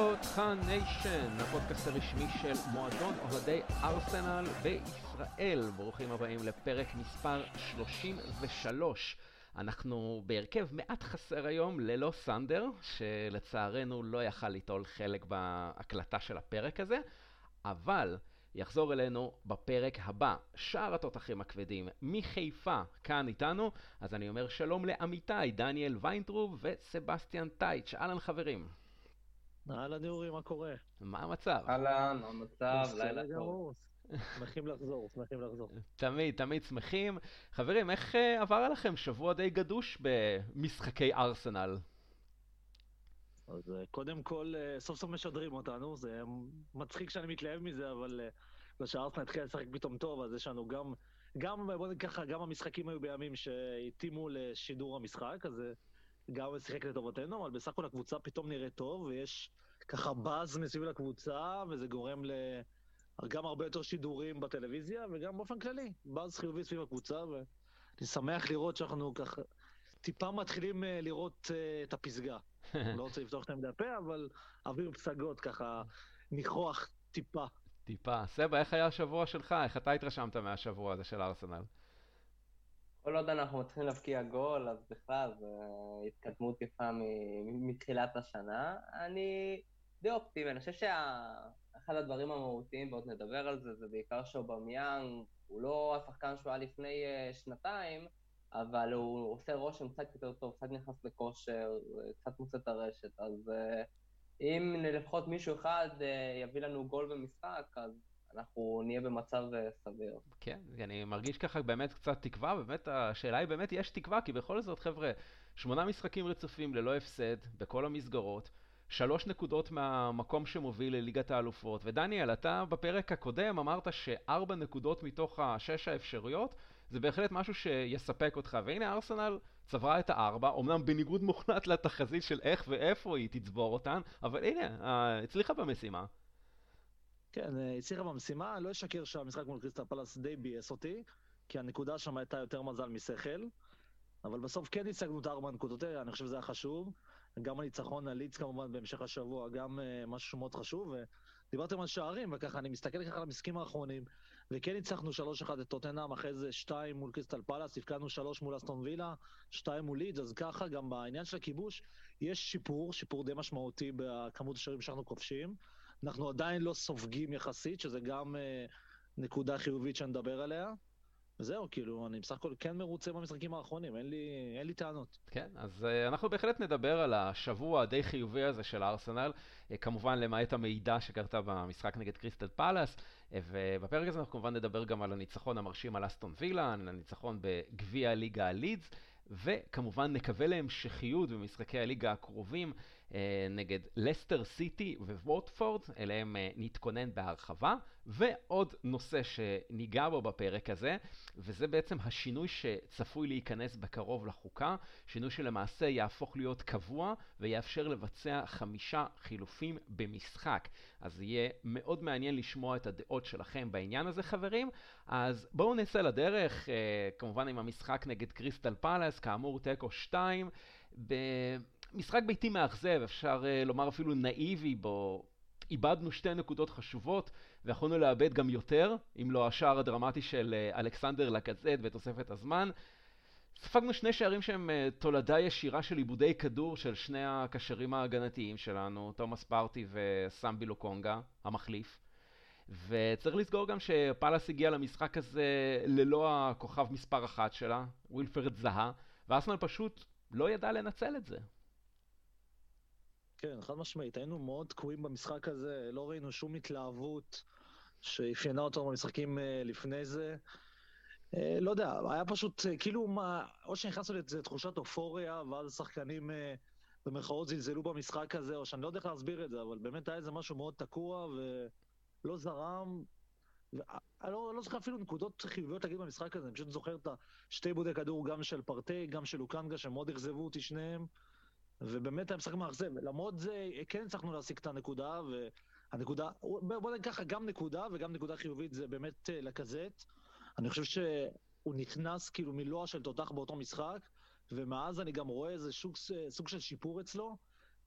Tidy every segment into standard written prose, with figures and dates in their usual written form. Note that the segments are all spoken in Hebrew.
פותחה ניישן, הפודקאסט הרשמי של מועדון אוהדי ארסנל בישראל. ברוכים הבאים לפרק מספר 33. אנחנו בהרכב מעט חסר היום ללא סנדר, שלצערנו לא יכל ליטול חלק בהקלטה של הפרק הזה, אבל יחזור אלינו בפרק הבא. שאר התותחים הכבדים מחיפה כאן איתנו, אז אני אומר שלום לעמיתי, דניאל ויינטרוב וסבסטיאן טייץ'. אהלן חברים. אהלן אורי, מה קורה? מה המצב? אהלן, המצב, לילה בסדר טוב. גמור. שמחים לחזור. תמיד שמחים. חברים, איך עבר עליכם שבוע די גדוש במשחקי ארסנל? אז קודם כל, סוף סוף משדרים אותנו, זה מצחיק שאני מתלהב מזה, אבל כשארסנל התחיל לשחק פתאום טוב, אז יש לנו בוא נגיד ככה, גם המשחקים היו בימים שהתאימו לשידור המשחק, אז גם שיחק לטובתנו, אבל בסך הכל הקבוצה פתאום נראית טוב, ויש ככה באז מסביב לקבוצה, וזה גורם גם הרבה יותר שידורים בטלוויזיה, וגם באופן כללי, באז חיובי סביב הקבוצה, ואני שמח לראות שאנחנו ככה טיפה מתחילים לראות את הפסגה. לא רוצה לפתוח את העמדה הפה, אבל אוויר פסגות ככה ניחוח טיפה. טיפה. סבא, איך היה השבוע שלך? איך אתה התרשמת מהשבוע הזה של ארסנל? כל עוד אנחנו מתחילים להבקיע גול, אז בכלל זו התקדמות יפה מתחילת השנה. אני די אופטימי, אני חושב שאחד הדברים המהותיים, ועוד נדבר על זה, זה בעיקר שאובמיאנג, הוא לא השחקן שהוא היה לפני שנתיים, אבל הוא עושה רושם קצת יותר טוב, קצת נכנס לכושר, קצת מוצא את הרשת, אז אם לפחות מישהו אחד יביא לנו גול במשחק, אז אנחנו נהיה במצב סביר. כן, אני מרגיש ככה באמת קצת תקווה, באמת השאלה היא באמת יש תקווה, כי בכל זאת חבר'ה, 8 משחקים רצופים ללא הפסד בכל המסגרות, 3 נקודות מהמקום שמוביל לליגת האלופות, ודניאל, אתה בפרק הקודם אמרת ש4 נקודות מתוך 6 האפשרויות, זה בהחלט משהו שיספק אותך, והנה ארסנל צברה את 4, אומנם בניגוד מוחלט לתחזית של איך ואיפה היא תצבור אותן, אבל הנה, הצליחה במשימה. כן, הצליחה במשימה, לא אשקר שהמשחק מול קריסטל פלאס די בייס אותי, כי הנקודה שם הייתה יותר מזל משכל, אבל בסוף כן הצגנו את 4 נקודות, אני חושב שזה היה חשוב, גם הניצחון על לידס כמובן בהמשך השבוע, גם משהו מאוד חשוב, ודיברתם על שערים, וככה אני מסתכל ככה על המשחקים האחרונים, וכן ניצחנו 3-1 את טוטנהאם, אחרי זה 2 מול קריסטל פלאס, הפקדנו 3 מול אסטון וילה, 2 מול לידס, אז ככה גם בעניין של הכיבוש, יש שיפור די משמעותי בכמות השערים שאנחנו כובשים, אנחנו עדיין לא סופגים יחסית, שזה גם נקודה חיובית שנדבר עליה, וזהו, כאילו, אני בסך הכל כן מרוצה במשחקים האחרונים, אין לי טענות. כן, אז אנחנו בהחלט נדבר על השבוע הדי חיובי הזה של ארסנל, כמובן למעט המידע שקרתה במשחק נגד קריסטל פלאס, ובפרק הזה אנחנו כמובן נדבר גם על הניצחון המרשים על אסטון וילה, על הניצחון בגביע הליגה הלידס, וכמובן נקווה להמשכיות במשחקי הליגה הקרובים נגד לסטר סיטי וווטפורד, אליהם נתכונן בהרחבה, ועוד נושא שניגע בו בפרק הזה, וזה בעצם השינוי שצפוי להיכנס בקרוב לחוקה, שינוי שלמעשה יהפוך להיות קבוע ויאפשר לבצע 5 חילופים במשחק. אז יהיה מאוד מעניין לשמוע את הדעות שלכם בעניין הזה חברים, אז בואו נצא לדרך, כמובן עם המשחק נגד קריסטל פלאס, כאמור תיקו 2, במשחק ביתי מאכזב, אפשר לומר אפילו נאיבי בו, איבדנו 2 נקודות חשובות, ויכולנו לאבד גם יותר, אם לא השער הדרמטי של אלכסנדר לקזט בתוספת הזמן. ספגנו 2 שערים שהם תולדה ישירה של עיבודי כדור של 2 הקשרים ההגנתיים שלנו, תומאס פארטי וסמבי לוקונגה, המחליף. וצריך לסגור גם שפלאס הגיע למשחק הזה ללא הכוכב מספר 1 שלה, ווילפרד זהה, וארסנל פשוט לא ידע לנצל את זה. כן, חד משמעית, היינו מאוד תקועים במשחק הזה, לא ראינו שום התלהבות שאפיינה אותו במשחקים לפני זה. לא יודע, היה פשוט כאילו או שנכנסנו לאיזו תחושת אופוריה, ואז השחקנים במרכאות זלזלו במשחק הזה, או שאני לא יודע איך להסביר את זה, אבל באמת היה איזה משהו מאוד תקוע ולא זרם. אני לא זוכר אפילו נקודות חיוביות להגיד במשחק הזה, אני פשוט זוכר את 2 עיבודי כדור, גם של פרטי, גם של לוקנגה, שמאוד אכזבו אותי שניהם. ובאמת היה משחק מאכזב, למרות זה כן הצלחנו להשיג את הנקודה, והנקודה, בוא נגיד ככה, גם נקודה וגם נקודה חיובית זה באמת לקזט. אני חושב שהוא נכנס כאילו מילואה של תותח באותו משחק, ומאז אני גם רואה איזה סוג של שיפור אצלו,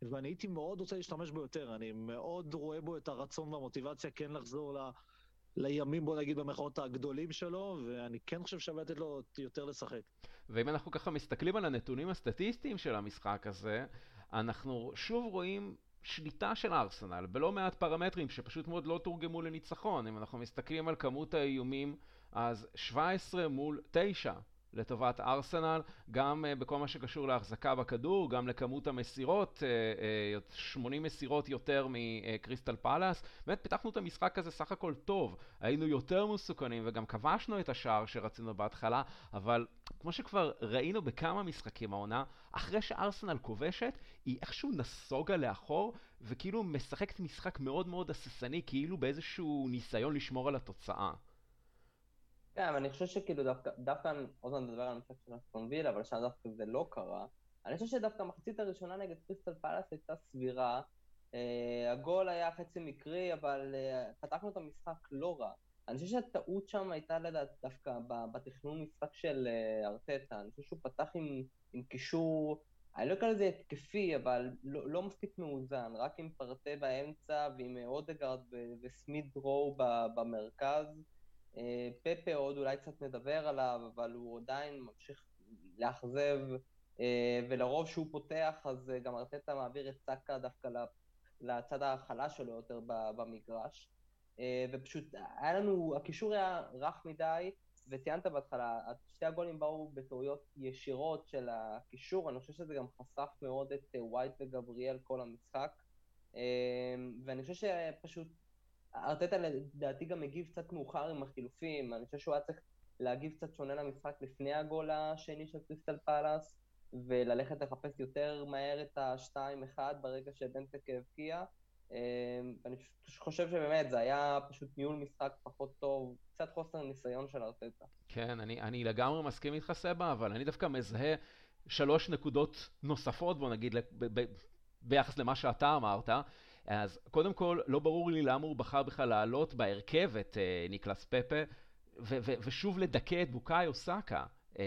ואני הייתי מאוד רוצה להשתמש בו יותר, אני מאוד רואה בו את הרצון והמוטיבציה כן לחזור לימים, בוא נגיד, במחאות הגדולים שלו, ואני כן חושב שווה לתת לו יותר לשחק. ואם אנחנו ככה מסתכלים על הנתונים הסטטיסטיים של המשחק הזה, אנחנו שוב רואים שליטה של ארסנל בלא מעט פרמטרים שפשוט מאוד לא תורגמו לניצחון. אם אנחנו מסתכלים על כמות האיומים, אז 17 מול 9 לטובת ארסנל, גם בכל מה שקשור להחזקה בכדור, גם לכמות המסירות, 80 מסירות יותר מקריסטל פלאס. באמת פיתחנו את המשחק הזה סך הכל טוב, היינו יותר מסוכנים וגם כבשנו את השער שרצינו בהתחלה, אבל כמו שכבר ראינו בכמה משחקים העונה, אחרי שארסנל כובשת, היא איכשהו נסוגה לאחור, וכאילו משחקת משחק מאוד מאוד הססני, כאילו באיזשהו ניסיון לשמור על התוצאה. כן, אבל אני חושב שכאילו דווקא עוד מעט נדבר על המשחק של אסטון וילה, אבל שם דווקא זה לא קרה. אני חושב שדווקא המחצית הראשונה נגד קריסטל פלאס הייתה סבירה. הגול היה חצי מקרי, אבל פתחנו את המשחק לא רע. אני חושב שהטעות שם הייתה לדעת דווקא בתכנון משחק של ארטטה. אני חושב שהוא פתח עם קישור, אני לא אקרא לזה התקפי, אבל לא מספיק מאוזן, רק עם פרטה באמצע ועם אודגרד וסמית דרו במרכז. פפה עוד אולי קצת נדבר עליו, אבל הוא עדיין ממשיך לאכזב, ולרוב שהוא פותח, אז גם ארטטה מעביר את סאקה דווקא לצד החלש שלו יותר במגרש. ופשוט היה לנו, הקישור היה רך מדי, וציינת בהתחלה, שתי הגולים באו בטעויות ישירות של הקישור, אני חושב שזה גם חשף מאוד את ווייט וגבריאל כל המשחק, ואני חושב שפשוט ארטטה לדעתי גם מגיב קצת מאוחר עם החילופים, אני חושב שהוא היה צריך להגיב קצת שונה למשחק לפני הגול השני של קריסטל פלאס, וללכת לחפש יותר מהר את ה-2-1 ברגע שבנטק הבקיע, ואני חושב שבאמת זה היה פשוט ניהול משחק פחות טוב, קצת חוסר ניסיון של ארטטה. כן, אני לגמרי מסכים איתך סבא, אבל אני דווקא מזהה 3 נקודות נוספות, בוא נגיד, ביחס למה שאתה אמרת. אז קודם כל, לא ברור לי למה הוא בחר בכלל לעלות בהרכב את ניקלס פפה, ושוב לדכא את בוקאיו סאקה.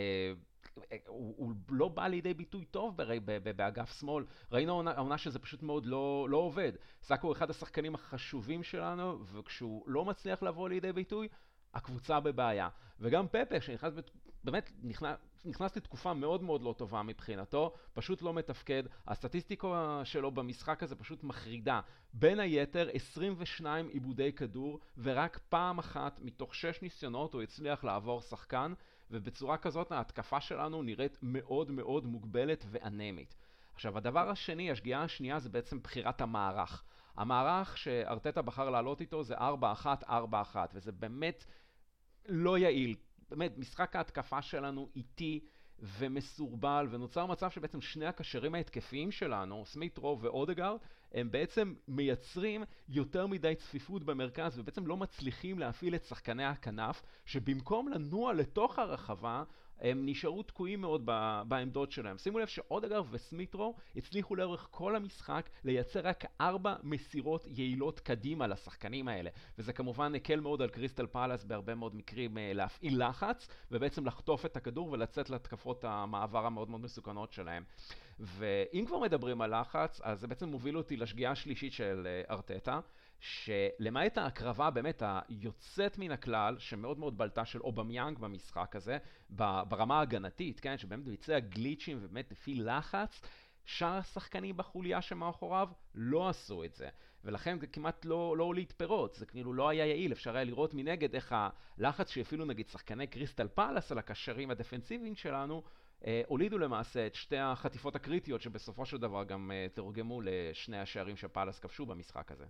הוא לא בא לידי ביטוי טוב באגף שמאל. ראינו העונה שזה פשוט מאוד לא עובד. סאקה הוא אחד השחקנים החשובים שלנו, וכשהוא לא מצליח לבוא לידי ביטוי, הקבוצה בבעיה. וגם פפה, שנכנס באמת נכנס לתקופה מאוד מאוד לא טובה מבחינתו, פשוט לא מתפקד. הסטטיסטיקה שלו במשחק הזה פשוט מחרידה. בין היתר 22 עיבודי כדור, ורק פעם אחת מתוך 6 ניסיונות הוא הצליח לעבור שחקן, ובצורה כזאת ההתקפה שלנו נראית מאוד מאוד מוגבלת ואנמית. עכשיו, הדבר השני, השגיאה השנייה, זה בעצם בחירת המערך. המערך שארטטה בחר לעלות איתו זה 4-1-4-1, וזה באמת לא יעיל. באמת, משחק ההתקפה שלנו איטי ומסורבל, ונוצר מצב שבעצם שני הקשרים ההתקפיים שלנו, סמית רו ואודגרד, הם בעצם מייצרים יותר מדי צפיפות במרכז, ובעצם לא מצליחים להפעיל את שחקני הכנף, שבמקום לנוע לתוך הרחבה, הם נשארו תקועים מאוד בעמדות שלהם. שימו לב שאודגרד וסמית'רו הצליחו לאורך כל המשחק לייצר רק 4 מסירות יעילות קדימה לשחקנים האלה, וזה כמובן הקל מאוד על קריסטל פלאס בהרבה מאוד מקרים להפעיל לחץ, ובעצם לחטוף את הכדור ולצאת להתקפות המעבר המאוד מאוד מסוכנות שלהם. ואם כבר מדברים על לחץ, אז זה בעצם מוביל אותי לשגיאה השלישית של ארטטה, שלמעט ההקרבה באמת היוצאת מן הכלל, שמאוד מאוד בלטה של אובמיאנג במשחק הזה, ברמה ההגנתית, כן, שבאמת ביצע גליצ'ים ובאמת לפי לחץ, שאר השחקנים בחוליה שמאחוריו לא עשו את זה. ולכן זה כמעט לא הוליד פירות, זה כאילו לא היה יעיל, אפשר היה לראות מנגד איך הלחץ שאפילו נגיד שחקני קריסטל פלאס על הקשרים הדפנסיביים שלנו, הולידו למעשה את שתי החטיפות הקריטיות שבסופו של דבר גם תורגמו לשני השערים שפלאס כבשו במשחק הזה.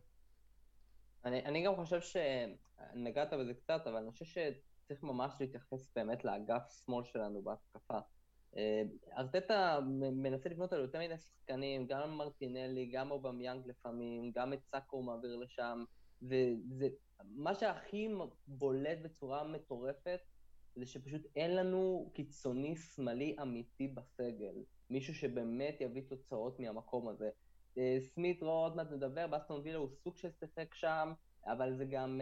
אני גם חושב שנגעת בזה קצת, אבל אני חושב שצריך ממש להתייחס באמת לאגף שמאל שלנו בהתקפה. ארטטה מנסה לבנות על יותר מיני שחקנים, גם מרטינלי, גם אובמיאנג לפעמים, גם את סאקו מעביר לשם, ומה שהכי בולט בצורה מטורפת, זה שפשוט אין לנו קיצוני שמאלי אמיתי בסגל, מישהו שבאמת יביא תוצאות מהמקום הזה. סמית רו עוד מעט נדבר, באסטון וילה הוא סוג של שחק שם, אבל זה גם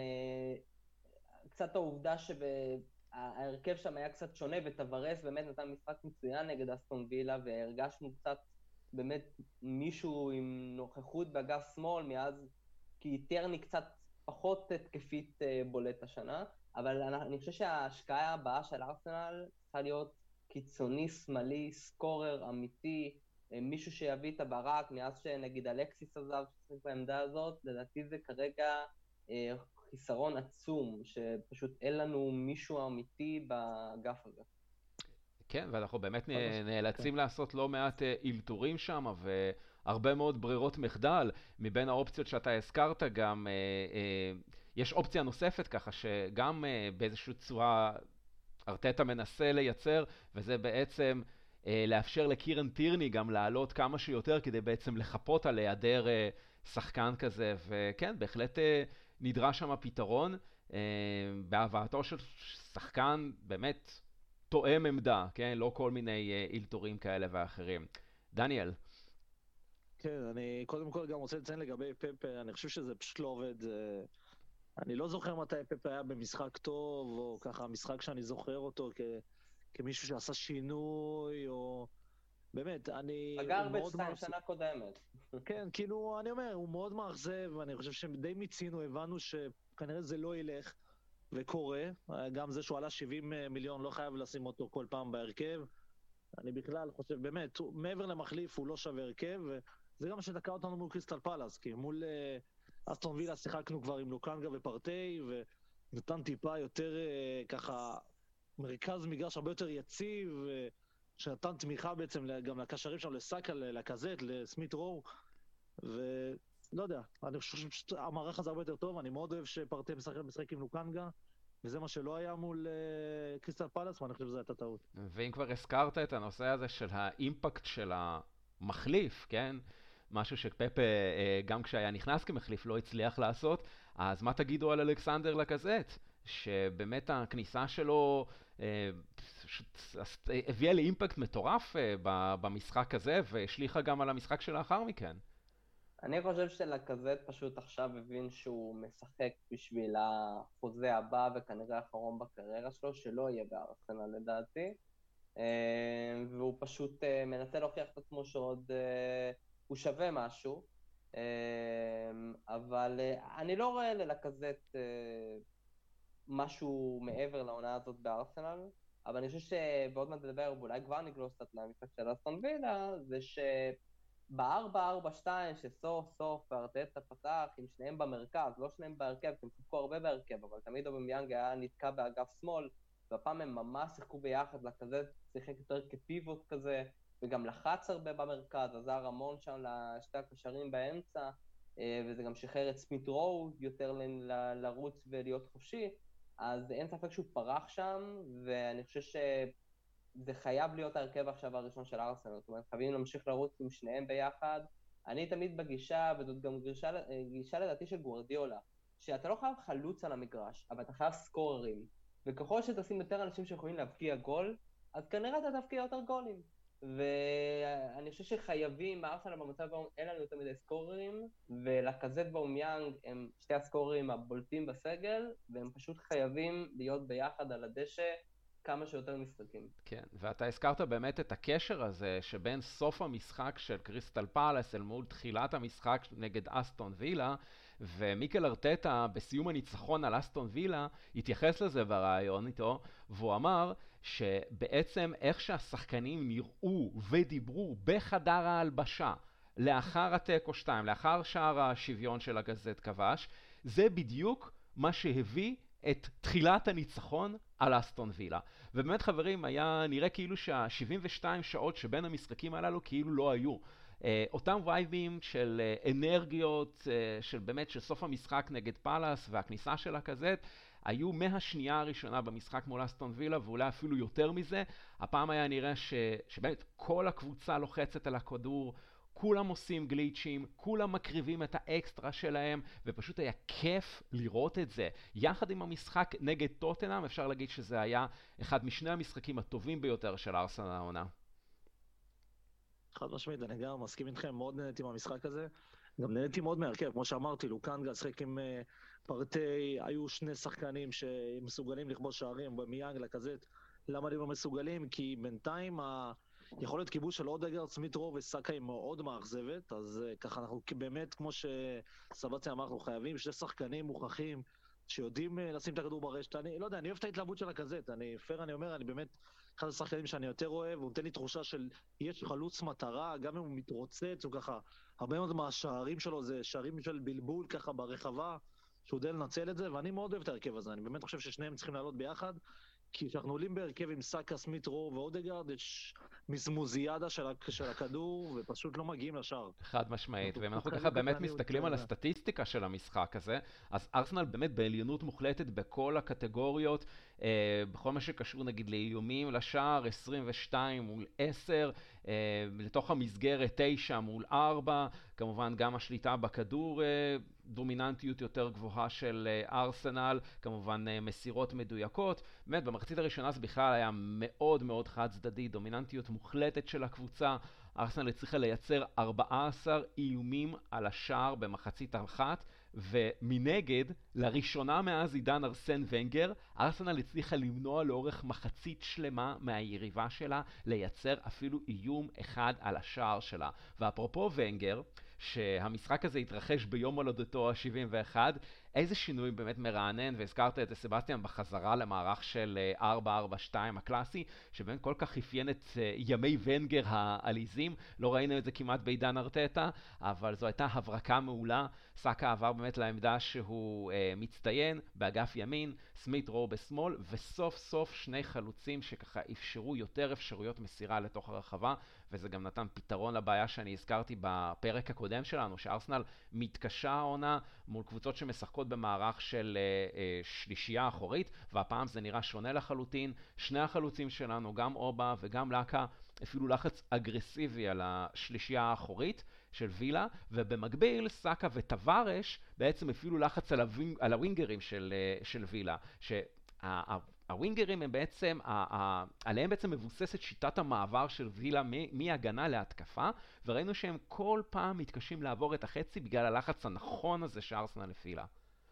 קצת העובדה שההרכב שם היה קצת שונה, וטוורס באמת נתן משחק מצוין נגד אסטון וילה, והרגשנו קצת באמת מישהו עם נוכחות באגף שמאל מאז, כי טרני קצת פחות התקפית בולט השנה, אבל אני חושב שההשקעה הבאה של ארסנל צריכה להיות קיצוני שמאלי, סקורר אמיתי, מישהו שיביא את הברק מאז שנגיד אלקסיס עזב שצריך בעמדה הזאת, לדעתי זה כרגע חיסרון עצום, שפשוט אין לנו מישהו אמיתי באגף הזה. כן, ואנחנו באמת נאלצים לעשות לא מעט אילתורים שם, והרבה מאוד ברירות מחדל. מבין האופציות שאתה הזכרת גם, יש אופציה נוספת ככה, שגם באיזושהי צורה ארטטה מנסה לייצר, וזה בעצם לאפשר לקירן טירני גם לעלות כמה שיותר, כדי בעצם לחפות על היעדר שחקן כזה, וכן, בהחלט נדרש שם פתרון, בהבאתו של שחקן באמת תואם עמדה, כן? לא כל מיני אילתורים כאלה ואחרים. דניאל. כן, אני קודם כל גם רוצה לציין לגבי פפה, אני חושב שזה פשוט לא עובד. אני לא זוכר מתי פפה היה במשחק טוב, או ככה משחק שאני זוכר אותו כמישהו שעשה שינוי, או... באמת, פגר ב2 שנה קודמת. כן, כאילו, אני אומר, הוא מאוד מאכזב, ואני חושב שדי מיצינו, הבנו שכנראה זה לא ילך וקורה. גם זה שהוא עלה 70 מיליון, לא חייב לשים אותו כל פעם בהרכב. אני בכלל חושב, באמת, מעבר למחליף הוא לא שווה הרכב, וזה גם מה שדקה אותנו מול קריסטל פלאס, כי מול אסטון וילה שיחקנו כבר עם לוקנגה ופרטי, ונתן טיפה יותר ככה, מרכז מגרש הרבה יותר יציב, שנתן תמיכה בעצם גם לקשרים שלנו, לסאקה, לקזט, לסמית רור, ולא יודע, אני חושב שהמערך הזה הרבה יותר טוב, אני מאוד אוהב שפרטי משחק עם לוקנגה, וזה מה שלא היה מול קריסטל פלאס, ואני חושב שזו הייתה טעות. ואם כבר הזכרת את הנושא הזה של האימפקט של המחליף, כן? משהו שפפה, גם כשהיה נכנס כמחליף, לא הצליח לעשות, אז מה תגידו על אלכסנדר לקזט? שבאמת הכניסה שלו הביאה לאימפקט מטורף במשחק הזה, והשליחה גם על המשחק שלאחר מכן. אני חושב שלקזט פשוט עכשיו הבין שהוא משחק בשביל החוזה הבא וכנראה האחרון בקריירה שלו, שלא יהיה בארסנל לדעתי, והוא פשוט מנסה להוכיח את עצמו שעוד הוא שווה משהו, אבל אני לא רואה ללקזט משהו מעבר לעונה הזאת בארסנל, אבל אני חושב שבעוד מעט נדבר, ואולי כבר נגלוס קצת מהמשחק של אסטון וילה, זה ב-4-4-2 שסוף סוף ארטטה פתח עם שניהם במרכז, לא שניהם בהרכב, כי הם שיחקו הרבה בהרכב, אבל תמיד אובמיאנג היה נתקע באגף שמאל, והפעם הם ממש שיחקו ביחד, לכזה שיחק יותר כפיבוט כזה, וגם לחץ הרבה במרכז, עזר המון שם לשתי הקשרים באמצע, וזה גם שחרר את סמית רואו יותר לרוץ ולהיות חופשי, אז אין ספק שהוא פרח שם, ואני חושב שזה חייב להיות ההרכב עכשיו הראשון של ארסנל, זאת אומרת, חייבים להמשיך לרוץ עם שניהם ביחד. אני תמיד בגישה, וזאת גם גישה לדעתי של גוארדיולה, שאתה לא חייב חלוץ על המגרש, אבל אתה חייב סקוררים, וככל שתשים יותר אנשים שיכולים להבקיע גול, אז כנראה אתה תבקיע יותר גולים. ואני חושב שחייבים, ארסנל במצב בו אין לנו יותר מדי סקוררים, ולקזט ואומיאנג הם שתי הסקוררים הבולטים בסגל, והם פשוט חייבים להיות ביחד על הדשא כמה שיותר משחקים. כן, ואתה הזכרת באמת את הקשר הזה שבין סוף המשחק של קריסטל פלאס אל מול תחילת המשחק נגד אסטון וילה, ומיקל ארטטה בסיום הניצחון על אסטון וילה התייחס לזה ברעיון איתו, והוא אמר שבעצם איך שהשחקנים נראו ודיברו בחדר ההלבשה לאחר התיקו 2, לאחר שער השוויון של הגזט כבש, זה בדיוק מה שהביא את תחילת הניצחון על אסטון וילה. ובאמת חברים, היה נראה כאילו שה-72 שעות שבין המשחקים הללו כאילו לא היו. אותם וייבים של אנרגיות, של באמת של סוף המשחק נגד פלאס והכניסה של הקזט, היו מהשנייה הראשונה במשחק מול אסטון וילה, ואולי אפילו יותר מזה. הפעם היה נראה שבאמת כל הקבוצה לוחצת על הכדור, כולם עושים גליצ'ים, כולם מקריבים את האקסטרה שלהם, ופשוט היה כיף לראות את זה. יחד עם המשחק נגד טוטנהאם, אפשר להגיד שזה היה אחד משני המשחקים הטובים ביותר של ארסנל העונה. חד משמעית, אני גם מסכים איתכם, מאוד נהניתי מהמשחק הזה. גם נהניתי מאוד מהרכב, כמו שאמרתי, לוקנגה שחק עם פרטי, היו שני שחקנים שמסוגלים לכבוש שערים, במיאנג, לקזט. למה הם לא מסוגלים? כי בינתיים יכול להיות כיבוש של אודגרד, סמית רו וסאקה היא מאוד מאכזבת, אז ככה אנחנו באמת, כמו שסבציה אמר, אנחנו חייבים שני שחקנים מוכחים, שיודעים לשים את הכדור ברשת. אני לא יודע, אני אוהב את ההתלהבות של הקזט, אני אומר, אני באמת אחד השחקנים שאני יותר אוהב, הוא נותן לי תחושה של יש חלוץ מטרה, גם אם הוא מתרוצץ, הוא ככה, הרבה מאוד מהשערים שלו זה שערים של בלבול ככה ברחבה, שהוא יודע לנצל את זה, ואני מאוד אוהב את ההרכב הזה, אני באמת חושב ששניהם צריכים לעלות ביחד, כי כשאנחנו עולים בהרכב עם סאקה, סמית רו ואודגרד, יש מזמוזיאדה של הכדור, ופשוט לא מגיעים לשער. חד משמעית, ואם אנחנו ככה באמת מסתכלים על הסטטיסטיקה של המשחק הזה, אז ארסנל באמת בעליונות מוחלטת בכל הקטגוריות, בכל מה שקשור נגיד לאיומים לשער, 22 מול 10, לתוך המסגרת 9 מול 4, כמובן גם השליטה בכדור, דומיננטיות יותר גבוהה של ארסנל, כמובן מסירות מדויקות, באמת במחצית הראשונה זה בכלל היה מאוד מאוד חד צדדי, דומיננטיות מוחלטת של הקבוצה, ארסנל הצליחה לייצר 14 איומים על השער במחצית אחת, ומנגד, לראשונה מאז עידן ארסן ונגר, ארסנל הצליחה למנוע לאורך מחצית שלמה מהיריבה שלה לייצר אפילו איום אחד על השער שלה. ואפרופו ונגר, שהמשחק הזה התרחש ביום הולדתו ה-71, איזה שינוי באמת מרענן, והזכרת את סבסטיאן בחזרה למערך של 4-4-2 הקלאסי, שבאמת כל כך אפיין את ימי ונגר העליזים, לא ראינו את זה כמעט בעידן ארטטה, אבל זו הייתה הברקה מעולה, סאקה עבר באמת לעמדה שהוא מצטיין באגף ימין, סמית רו בשמאל, וסוף סוף שני חלוצים שככה אפשרו יותר אפשרויות מסירה לתוך הרחבה, וזה גם נתן פתרון לבעיה שאני הזכרתי בפרק הקודם שלנו, שארסנל מתקשה העונה מול קבוצות שמשחקות במערך של שלישייה אחורית, והפעם זה נראה שונה לחלוטין. שני החלוצים שלנו, גם אובה וגם לקה, אפילו לחץ אגרסיבי על השלישייה האחורית של וילה, ובמקביל סאקה וטווארש בעצם אפילו לחץ על הווינגרים של וילה, הווינגרים הם בעצם, עליהם בעצם מבוססת שיטת המעבר של וילה מהגנה להתקפה, וראינו שהם כל פעם מתקשים לעבור את החצי בגלל הלחץ הנכון הזה שארסנל הפעילה.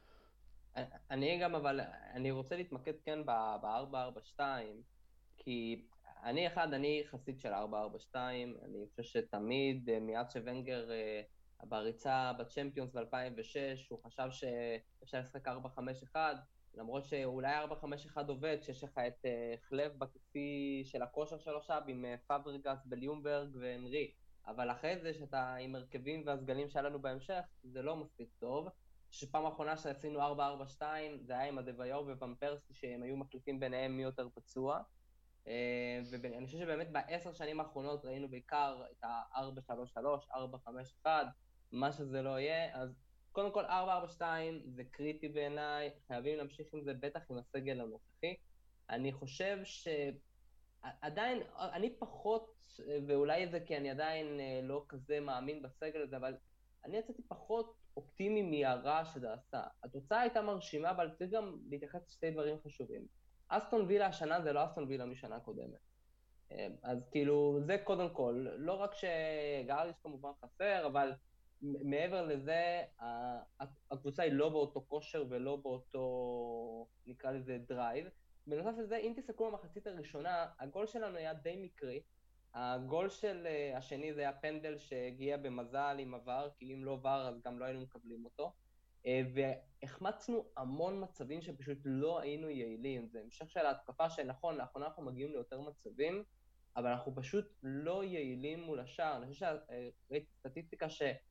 אבל אני רוצה להתמקד כן ב-4-4-2, כי אני חסיד של 4-4-2, אני חושב שתמיד, מאז שוונגר בריצה בצ'מפיונס ב-2006, הוא חשב שאפשר לשחק 4-5-1, למרות שאולי 4-5-1 עובד, שיש לך את חלב בכיסי של הכושר שלו שם, עם פאברגס בליומברג והנרי, אבל אחרי זה שאתה עם הרכבים והסגלים שלנו בהמשך, זה לא מספיק טוב. שפעם האחרונה שעשינו 4-4-2, זה היה עם הדוויור וואמפרסי, שהם היו מחליפים ביניהם מי יותר פצוע. ואני חושב שבאמת ב10 שנים האחרונות ראינו בעיקר את ה-4-3-3, 4-5-1, מה שזה לא יהיה, אז קודם כל 4-4-2 זה קריטי בעיניי, חייבים להמשיך עם זה בטח עם הסגל הנוכחי. אני חושב שעדיין, אני פחות, ואולי זה כי אני עדיין לא כזה מאמין בסגל הזה, אבל אני יצאתי פחות אופטימי מהרע שזה עשה. התוצאה הייתה מרשימה, אבל צריך גם להתייחס לשתי דברים חשובים. אסטון וילה השנה זה לא אסטון וילה משנה קודמת. אז כאילו, זה קודם כל, לא רק שגאריס כמובן חסר, אבל מעבר לזה, הקבוצה היא לא באותו כושר ולא באותו, נקרא לזה, דרייב. בנוסף לזה, אם תסתכלו במחצית הראשונה, הגול שלנו היה די מקרי. הגול של השני זה היה פנדל שהגיע במזל עם עבר, כי אם לא עבר אז גם לא היינו מקבלים אותו. והחמצנו המון מצבים שפשוט לא היינו יעילים. זה המשך של ההתקפה שנכון, לאחרונה אנחנו מגיעים ליותר מצבים, אבל אנחנו פשוט לא יעילים מול השאר. אני חושב שראיתי סטטיסטיקה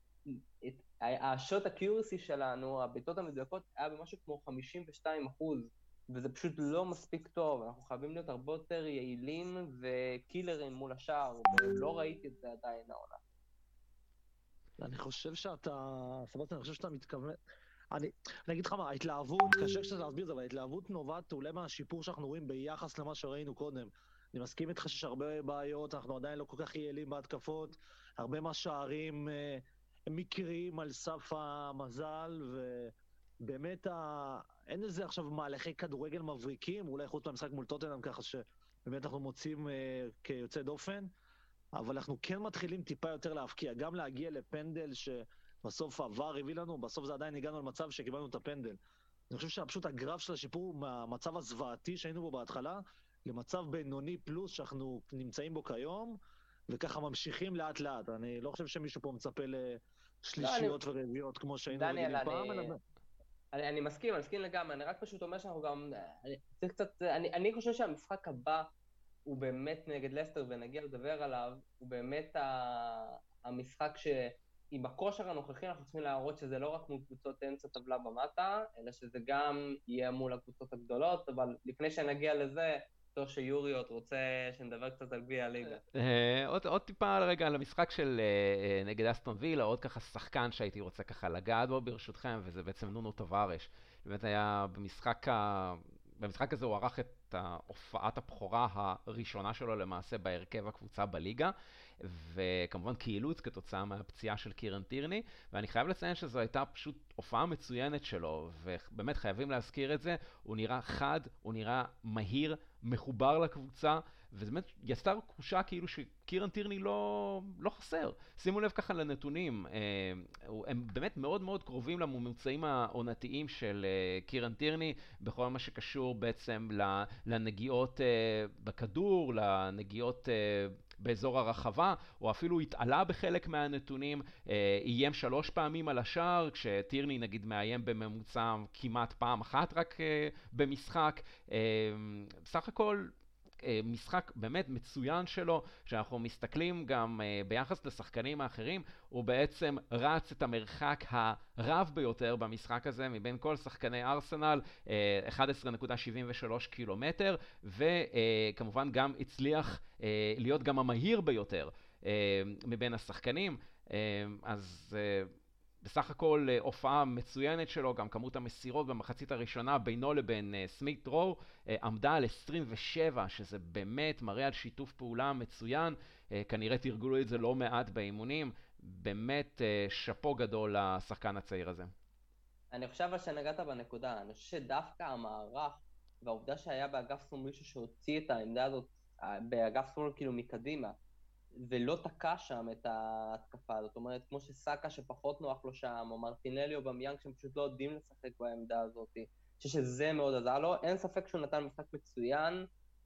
שהשוט הקיורסי שלנו, הביתות המדויקות, היה במשהו כמו 52%, וזה פשוט לא מספיק טוב. אנחנו חייבים להיות הרבה יותר יעילים וקילרים מול השאר, ולא ראיתי את זה עדיין העונה. אני חושב שאתה מתכוון... אני אגיד לך מה, ההתלהבות, קשה קצת להסביר את זה, אבל ההתלהבות נובעת אולי מהשיפור שאנחנו רואים ביחס למה שראינו קודם. אני מסכים איתך שיש הרבה בעיות, אנחנו עדיין לא כל כך יעילים בהתקפות, הרבה מהשערים מקריים על סף המזל, ובאמת אין לזה עכשיו מהלכי כדורגל מבריקים, אולי חוץ מהמשחק מול טוטנהאם ככה שבאמת אנחנו מוצאים כיוצא דופן, אבל אנחנו כן מתחילים טיפה יותר להפקיע, גם להגיע לפנדל שבסוף העבר הביא לנו, בסוף זה עדיין הגענו למצב שקיבלנו את הפנדל. אני חושב שפשוט הגרף של השיפור מהמצב הזוועתי שהיינו בו בהתחלה, למצב בינוני פלוס שאנחנו נמצאים בו כיום, וככה ממשיכים לאט לאט. אני לא חושב שמישהו פה מצפה לא, לשלישיות ורביעיות כמו שהיינו דניאל, רגילים פעם, אלא... אני מסכים לגמרי, אני רק פשוט אומר שאנחנו גם, צריך קצת, אני חושב שהמשחק הבא הוא באמת נגד לסטר, ונגיע לדבר עליו, הוא באמת המשחק שעם הכושר הנוכחי אנחנו צריכים להראות שזה לא רק מול קבוצות אמצע טבלה במטה, אלא שזה גם יהיה מול הקבוצות הגדולות, אבל לפני שנגיע לזה, טוב שיורי עוד רוצה שנדבר קצת על גביע הליגה. עוד טיפה רגע על המשחק של נגד אסטון וילה, עוד ככה שחקן שהייתי רוצה ככה לגעת בו ברשותכם, וזה בעצם נונו טווארש. באמת היה במשחק הזה הוא ערך את הופעת הבכורה הראשונה שלו למעשה בהרכב הקבוצה בליגה, וכמובן כאילוץ כתוצאה מהפציעה של קירן טירני, ואני חייב לציין שזו הייתה פשוט הופעה מצוינת שלו, ובאמת חייבים להזכיר את זה, הוא נראה חד, הוא נראה מהיר, מחובר לקבוצה, ובאמת יצר תחושה כאילו שקירן טירני לא חסר. שימו לב ככה לנתונים, הם באמת מאוד מאוד קרובים לממוצעים העונתיים של קירן טירני, בכל מה שקשור בעצם לנגיעות בכדור, לנגיעות באזור הרחבה, או אפילו התעלה בחלק מהנתונים, איים 3 פעמים על השער, כשטירני נגיד מאיים בממוצע כמעט פעם אחת רק במשחק. בסך הכל משחק באמת מצוין שלו, שאנחנו מסתכלים גם ביחס לשחקנים האחרים, הוא בעצם רץ את המרחק הרב ביותר במשחק הזה, מבין כל שחקני ארסנל, 11.73 קילומטר, וכמובן גם הצליח להיות גם המהיר ביותר מבין השחקנים, אז בסך הכל הופעה מצוינת שלו, גם כמות המסירות במחצית הראשונה בינו לבין סמית רו עמדה על 27, שזה באמת מראה על שיתוף פעולה מצוין, כנראה תרגלו את זה לא מעט באימונים, באמת שפו גדול לשחקן הצעיר הזה. אני חושב שנגעת בנקודה, אני חושב שדווקא המערך והעובדה שהיה באגף שמאל מישהו שהוציא את העמדה הזאת באגף שמאל כאילו מקדימה, ולא תקע שם את ההתקפה הזאת, זאת אומרת, כמו שסאקה שפחות נוח לו שם, או מרטינלי או במיאנג שהם פשוט לא יודעים לשחק בעמדה הזאת, אני חושב שזה מאוד עזר לו, אין ספק שהוא נתן משחק מצוין,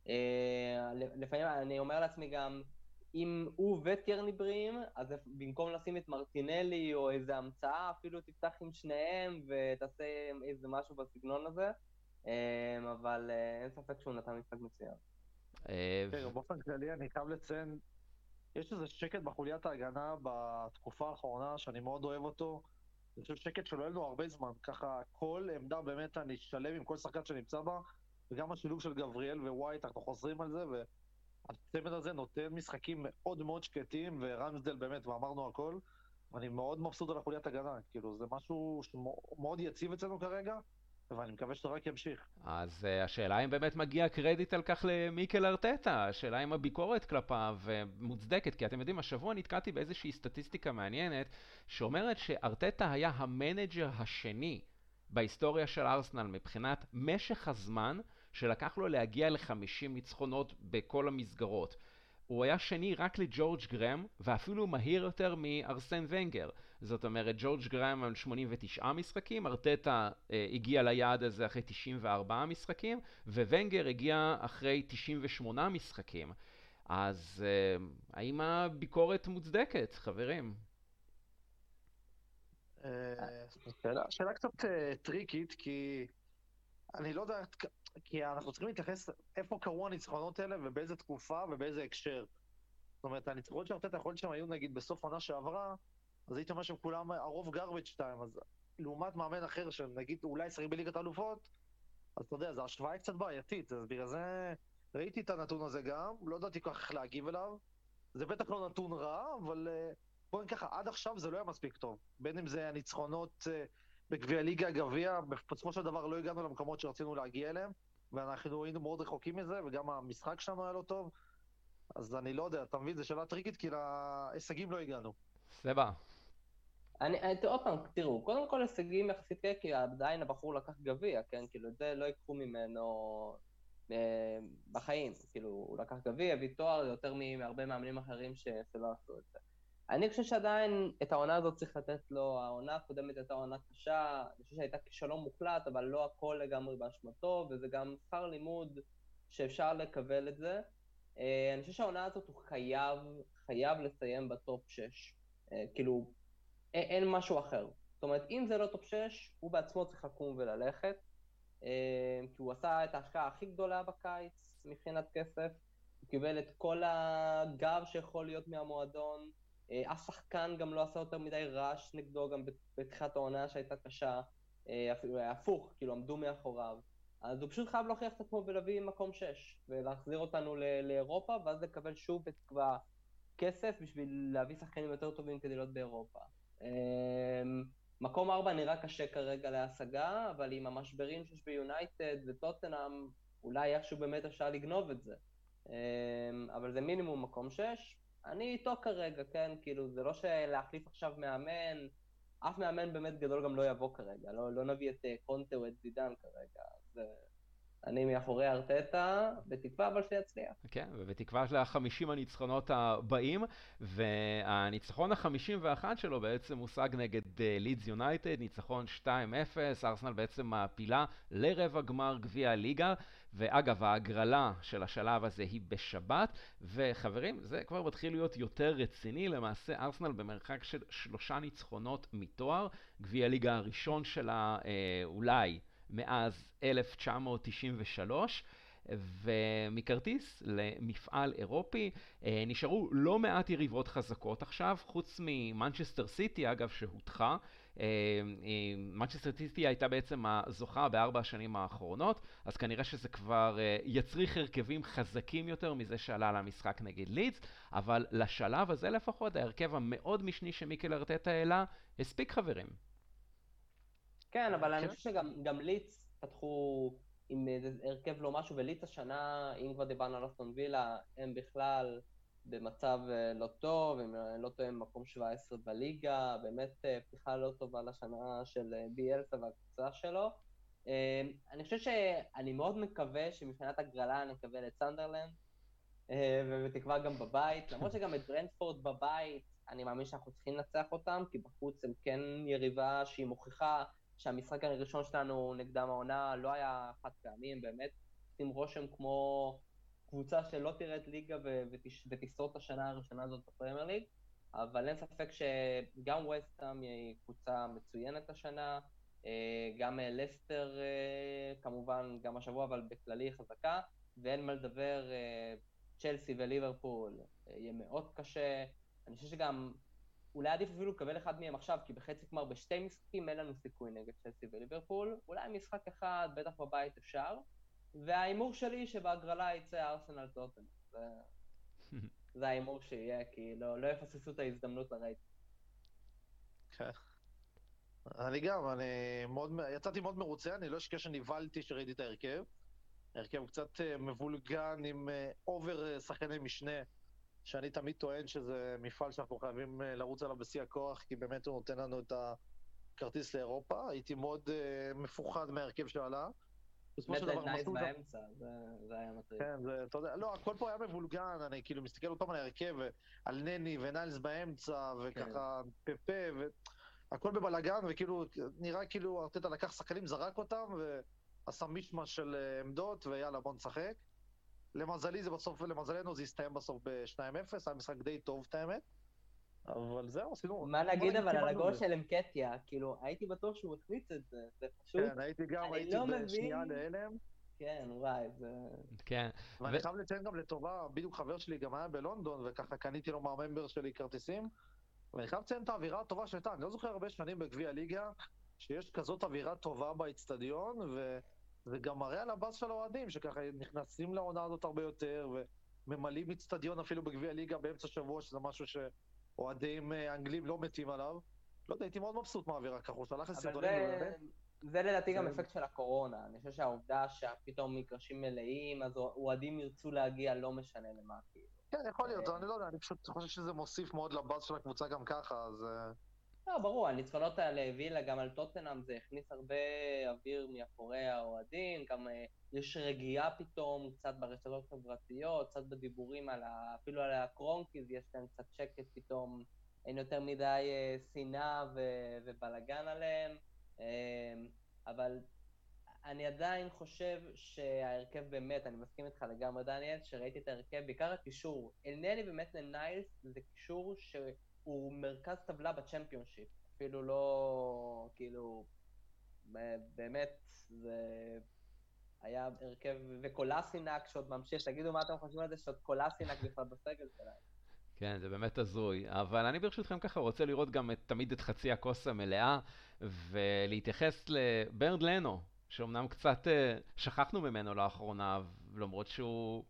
לפעמים אני אומר לעצמי גם, אם הוא וטירני בריאים, אז במקום לשים את מרטינלי או איזה המצאה, אפילו תפתח עם שניהם ותעשה איזה משהו בסגנון הזה, אבל אין ספק שהוא נתן משחק מצוין. באופן כללי אני חייב לציין, יש איזה שקט בחוליית ההגנה בתקופה האחרונה שאני מאוד אוהב אותו. אני חושב שקט שלא היה לנו הרבה זמן, ככה כל עמדה באמת אני שלם עם כל שחקן שנמצא בה, וגם השילוב של גבריאל ווייט, אנחנו חוזרים על זה, והצמד הזה נותן משחקים מאוד מאוד שקטים, ורמסדל באמת, ואמרנו הכל, ואני מאוד מבסוט על החוליית הגנה, כאילו זה משהו שמאוד יציב אצלנו כרגע, ואני מקווה שזה רק ימשיך. אז השאלה אם באמת מגיע קרדיט על כך למיקל ארטטה, השאלה אם הביקורת כלפיו מוצדקת, כי אתם יודעים, השבוע נתקעתי באיזושהי סטטיסטיקה מעניינת, שאומרת שארטטה היה המנג'ר השני בהיסטוריה של ארסנל, מבחינת משך הזמן שלקח לו להגיע ל50 ניצחונות בכל המסגרות. הוא היה שני רק לג'ורג' גרם, ואפילו מהיר יותר מארסן ונגר. זאת אומרת, ג'ורג' גרם על 89 משחקים, ארטטה הגיע ליעד הזה אחרי 94 משחקים, וונגר הגיע אחרי 98 משחקים. אז האם הביקורת מוצדקת, חברים? שאלה קצת טריקית, כי אני לא יודע, כי אנחנו צריכים להתייחס איפה קרו הניצחונות האלה ובאיזה תקופה ובאיזה הקשר. זאת אומרת, הניצחונות של ארטטה, יכול להיות שהם היו נגיד בסוף עונה שעברה, אז הייתי אומר שהם כולם, הרוב garbage time, אז לעומת מאמן אחר שנגיד אולי שחק בליגת האלופות, אז אתה יודע, זו השוואה קצת בעייתית, אז בגלל זה ראיתי את הנתון הזה גם, לא ידעתי כל כך איך להגיב אליו, זה בטח לא נתון רע, אבל בואו נגיד ככה, עד עכשיו זה לא היה מספיק טוב, בין אם זה הניצחונות בגביע ליגה, גביע, בסופו של דבר לא הגענו למקומות שרצינו להגיע אליהם, ואנחנו היינו מאוד רחוקים מזה, וגם המשחק שלנו היה לא טוב, אז אני לא יודע, אתה מבין, זו שאלה טריקית, כי להישגים לא הגענו. סבא. עוד פעם, תראו, קודם כל הישגים יחסית כאלה, כי עדיין הבחור לקח גביע, כן? כאילו, את זה לא ייקחו ממנו בחיים. כאילו, הוא לקח גביע, הביא תואר, יותר מהרבה מאמנים אחרים שלא עשו את זה. אני חושב שעדיין את העונה הזאת צריך לתת לו, העונה הקודמת הייתה עונה קשה, אני חושב שהייתה כישלון מוחלט, אבל לא הכל לגמרי באשמתו, וזה גם שכר לימוד שאפשר לקבל את זה. אני חושב שהעונה הזאת הוא חייב לסיים בטופ 6. כאילו, אין משהו אחר. זאת אומרת, אם זה לא טופ 6, הוא בעצמו צריך לקום וללכת, כי הוא עשה את ההשקעה הכי גדולה בקיץ מבחינת כסף, הוא קיבל את כל הגב שיכול להיות מהמועדון, אף שחקן גם לא עשה יותר מדי רעש נגדו, גם בתחילת העונה שהייתה קשה, אפילו היה הפוך, כאילו עמדו מאחוריו. אז הוא פשוט חייב להוכיח את עצמו ולהביא מקום 6, ולהחזיר אותנו לאירופה, ואז לקבל שוב בתקווה כסף בשביל להביא שחקנים יותר טובים כדי להיות באירופה. מקום 4 נראה קשה כרגע להשגה, אבל עם המשברים שיש ביונייטד וטוטנהאם, אולי איכשהו באמת אפשר לגנוב את זה. אבל זה מינימום מקום 6. אני איתו כרגע, כן? כאילו, זה לא שלהחליף עכשיו מאמן, אף מאמן באמת גדול גם לא יבוא כרגע, לא נביא את קונטה או את זידן כרגע. אז אני מאחורי ארטטה, בתקווה אבל שיצליח. כן, ובתקווה ל50 הניצחונות הבאים, והניצחון ה51 שלו בעצם הושג נגד לידס יונייטד, ניצחון 2-0, ארסנל בעצם מעפילה לרבע גמר גביע הליגה, ואגב, ההגרלה של השלב הזה היא בשבת, וחברים, זה כבר מתחיל להיות יותר רציני, למעשה ארסנל במרחק של 3 ניצחונות מתואר, גביע הליגה הראשון שלה אולי מאז 1993, ומכרטיס למפעל אירופי נשארו לא מעט יריבות חזקות עכשיו, חוץ ממנצ'סטר סיטי, אגב, שהודחה. מנצ'סטר סיטי הייתה בעצם הזוכה ב4 השנים האחרונות, אז כנראה שזה כבר יצריך הרכבים חזקים יותר מזה שעלה למשחק נגד לידס, אבל לשלב הזה לפחות, ההרכב המאוד משני שמיקל ארטטה העלה, הספיק חברים. כן, אבל אני חושב שגם לידס פתחו עם הרכב לא משהו, ולידס השנה, אם כבר דיברנו על אסטון וילה, הם בכלל במצב לא טוב, הם לא טועים מקום 17 בליגה, באמת פתיחה לא טובה לשנה של ביאלסה והקבוצה שלו. אני חושב שאני מאוד מקווה שמבחינת הגרלה נקבל את סנדרלנד, ובתקווה גם בבית, למרות שגם את ברנטפורד בבית, אני מאמין שאנחנו צריכים לנצח אותם, כי בחוץ הם כן יריבה שהיא מוכיחה שהמשחק הראשון שלנו נגדם העונה לא היה חד פעמי, הם באמת עושים רושם כמו קבוצה שלא תרד ליגה ותשרוד את השנה הראשונה הזאת בפרמייר ליג, אבל אין ספק שגם ווסטהאם היא קבוצה מצוינת השנה, גם לסטר כמובן, גם השבוע, אבל בכללי חזקה, ואין מה לדבר, צ'לסי וליברפול יהיה מאוד קשה. אני חושב שגם אולי עדיף אפילו לקבל אחד מהם עכשיו, כי בחצי גמר בשתי משחקים אין לנו סיכוי נגד צ'לסי וליברפול, אולי משחק אחד, בטח בבית אפשר, והאימור שלי שבהגרלה יצא ארסנל טוטנהאם. זה האימור שיהיה, כי לא יפספסו את ההזדמנות לרייטינג. כן. אני יצאתי מאוד מרוצה, אני לא אשכח שנבהלתי שראיתי את ההרכב. הרכב קצת מבולגן עם אובר שחקני משנה, שאני תמיד טוען שזה מפעל שאנחנו חייבים לרוץ עליו בשיא הכוח, כי באמת הוא נותן לנו את הכרטיס לאירופה. הייתי מאוד מפוחד מהרכב שעלה. מדלד נייס באמצע, זה היה מטריד. כן, אתה יודע, לא, הכל פה היה מבולגן, אני כאילו מסתכל עוד פעם על ההרכב, על נני וניילס באמצע, וככה פפה, והכל בבלגן, וכאילו, נראה כאילו ארטטה לקח שחקנים, זרק אותם, ועשה מישמש של עמדות, ויאללה, בוא נשחק. למזלנו זה הסתיים בסוף ב-2-0, היה משחק די טוב, את האמת. אבל זהו, עשינו... מה נגיד אבל על הגול של אמקטיה, כאילו, הייתי בטוח שהוא החליץ את זה, זה פשוט... כן, הייתי בשנייה להלם. כן, וואי, זה... כן. ואני חייב לציין גם לטובה, בדיוק חבר שלי גם היה בלונדון, וככה קניתי לו מהממבר שלי כרטיסים, ואני חייב לציין את האווירה הטובה שהייתה. אני לא זוכר הרבה שנים בגביע הליגה, שיש כזאת אווירה טובה באצטדיון, וזה גם מראה על הבאס של האוהדים, שככה נכנסים לעונה הזאת הרבה יותר, וממלאים אצטדיון אפילו בגביע הליגה באמצע שבוע, שזה משהו שאוהדים אנגלים לא מתים עליו. לא יודע, הייתי מאוד מבסוט מהאווירה ככה, הוא שלח לסרטונים. זה לדעתי גם אפקט של הקורונה. אני חושב שהעובדה שפתאום מגרשים מלאים, אז אוהדים ירצו להגיע לא משנה למה. כן, יכול להיות, אני לא יודע, אני פשוט חושב שזה מוסיף מאוד לבאז של הקבוצה גם ככה, אז... לא, ברור, הניצחונות האלה הביאה גם על טוטנהאם, זה הכניס הרבה אוויר מאחורי האוהדים, גם יש רגיעה פתאום, קצת ברשתות חברתיות, קצת בדיבורים אפילו על הקרונקיז, יש להם קצת שקט פתאום, אין יותר מדי שנאה ובלגן עליהם, אבל אני עדיין חושב שההרכב באמת, אני מסכים איתך לגמרי דניאל, שראיתי את ההרכב, בעיקר הקישור. אלנני באמת לניילס זה קישור שהוא מרכז טבלה בצ'מפיונשיפ. אפילו לא, כאילו, באמת, זה היה הרכב, וקולאסינק שעוד ממשיך, תגידו מה אתם חושבים על זה, שעוד קולאסינק בכלל בסגל שלהם. כן, זה באמת הזוי, אבל אני ברשותכם ככה רוצה לראות גם תמיד את חצי הכוס המלאה, ולהתייחס לברנד לנו, שאומנם קצת שכחנו ממנו לאחרונה, למרות שהוא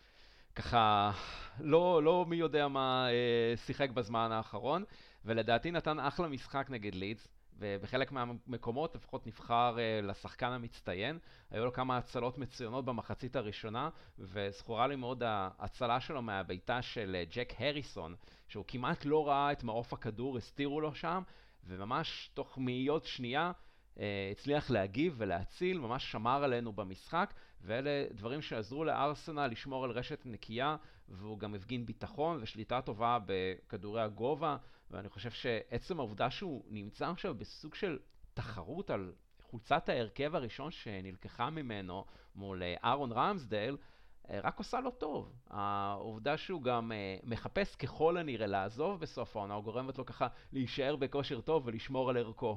ככה לא מי יודע מה שיחק בזמן האחרון, ולדעתי נתן אחלה משחק נגד לידס, ובחלק מהמקומות לפחות נבחר לשחקן המצטיין. היו לו כמה הצלות מצוינות במחצית הראשונה, וזכורה לי מאוד ההצלה שלו מהביתה של ג'ק הריסון, שהוא כמעט לא ראה את מעוף הכדור, הסתירו לו שם, וממש תוך מאיות שנייה הצליח להגיב ולהציל, ממש שמר עלינו במשחק, ואלה דברים שעזרו לארסנל לשמור על רשת נקייה, והוא גם הפגין ביטחון ושליטה טובה בכדורי הגובה, ואני חושב שעצם העובדה שהוא נמצא עכשיו בסוג של תחרות על חולצת ההרכב הראשון שנלקחה ממנו מול אהרון רמסדייל, רק עושה לו טוב. העובדה שהוא גם מחפש ככל הנראה לעזוב בסוף העונה, הוא גורמת לו ככה להישאר בכושר טוב ולשמור על ערכו.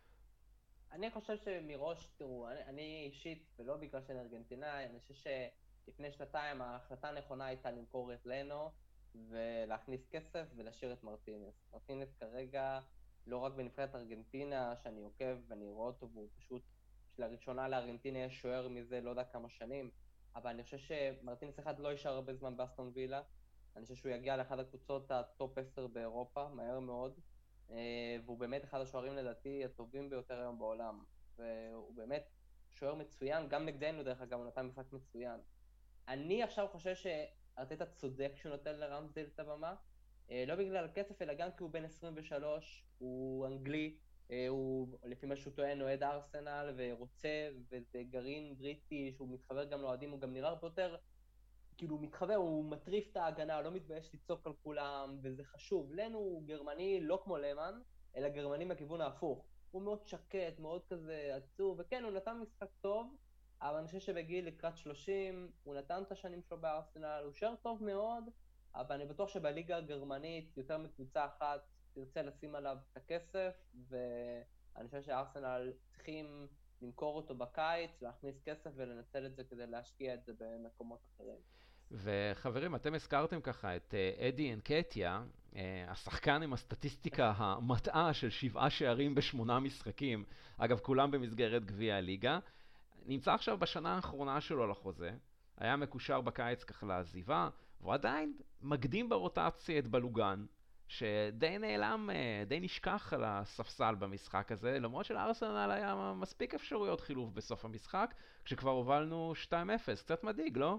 אני חושב שמראש, תראו, אני אישית, ולא בגלל שאני ארגנטינאי, אני חושב שלפני שנתיים ההחלטה הנכונה הייתה למכור את לנו ולהכניס כסף ולהשאיר את מרטינס. מרטינס כרגע, לא רק בנבחרת ארגנטינה, שאני עוקב ואני רואה אותו, והוא פשוט, שלראשונה לארגנטינה יש שוער מזה לא יודע כמה שנים, אבל אני חושב שמרטינס אחד לא יישאר הרבה זמן באסטון וילה, אני חושב שהוא יגיע לאחד הקבוצות הטופ 10 באירופה, מהר מאוד, והוא באמת אחד השוערים לדעתי הטובים ביותר היום בעולם, והוא באמת שוער מצוין, גם נגדנו דרך אגב, הוא נתן משחק מצוין. אני עכשיו חושב שארטטה צודק שהוא נותן לרמסדייל את הבמה, לא בגלל כסף אלא גם כי הוא בן 23, הוא אנגלי, הוא לפי מה שהוא טוען אוהד ארסנל ורוצה, וזה גרעין בריטי שהוא מתחבר גם לאוהדים, הוא גם נראה הרבה יותר כאילו הוא מתחבר, הוא מטריף את ההגנה, לא מתבייש לצעוק על כולם, וזה חשוב. לנו הוא גרמני לא כמו למן, אלא גרמני מהכיוון ההפוך. הוא מאוד שקט, מאוד כזה עצוב, וכן, הוא נתן משחק טוב, אבל אני חושב שבגיל לקראת 30, הוא נתן את השנים שלו בארסנל, הוא שר טוב מאוד, אבל אני בטוח שבליגה הגרמנית, יותר מקבוצה אחת, תרצה לשים עליו את הכסף, ואני חושב שהארסנל צריכים למכור אותו בקיץ, להכניס כסף ולנצל את זה כדי להשקיע את זה במקומות אחרים. וחברים, אתם הזכרתם ככה את אדי אנקטיה, השחקן עם הסטטיסטיקה המטעה של 7 שערים ב8 משחקים, אגב כולם במסגרת גביע הליגה, נמצא עכשיו בשנה האחרונה שלו לחוזה, היה מקושר בקיץ ככה לעזיבה, והוא עדיין מקדים ברוטציה את בלוגן, שדי נעלם, די נשכח על הספסל במשחק הזה, למרות שלארסנל היה מספיק אפשרויות חילוף בסוף המשחק, כשכבר הובלנו 2-0, קצת מדאיג, לא?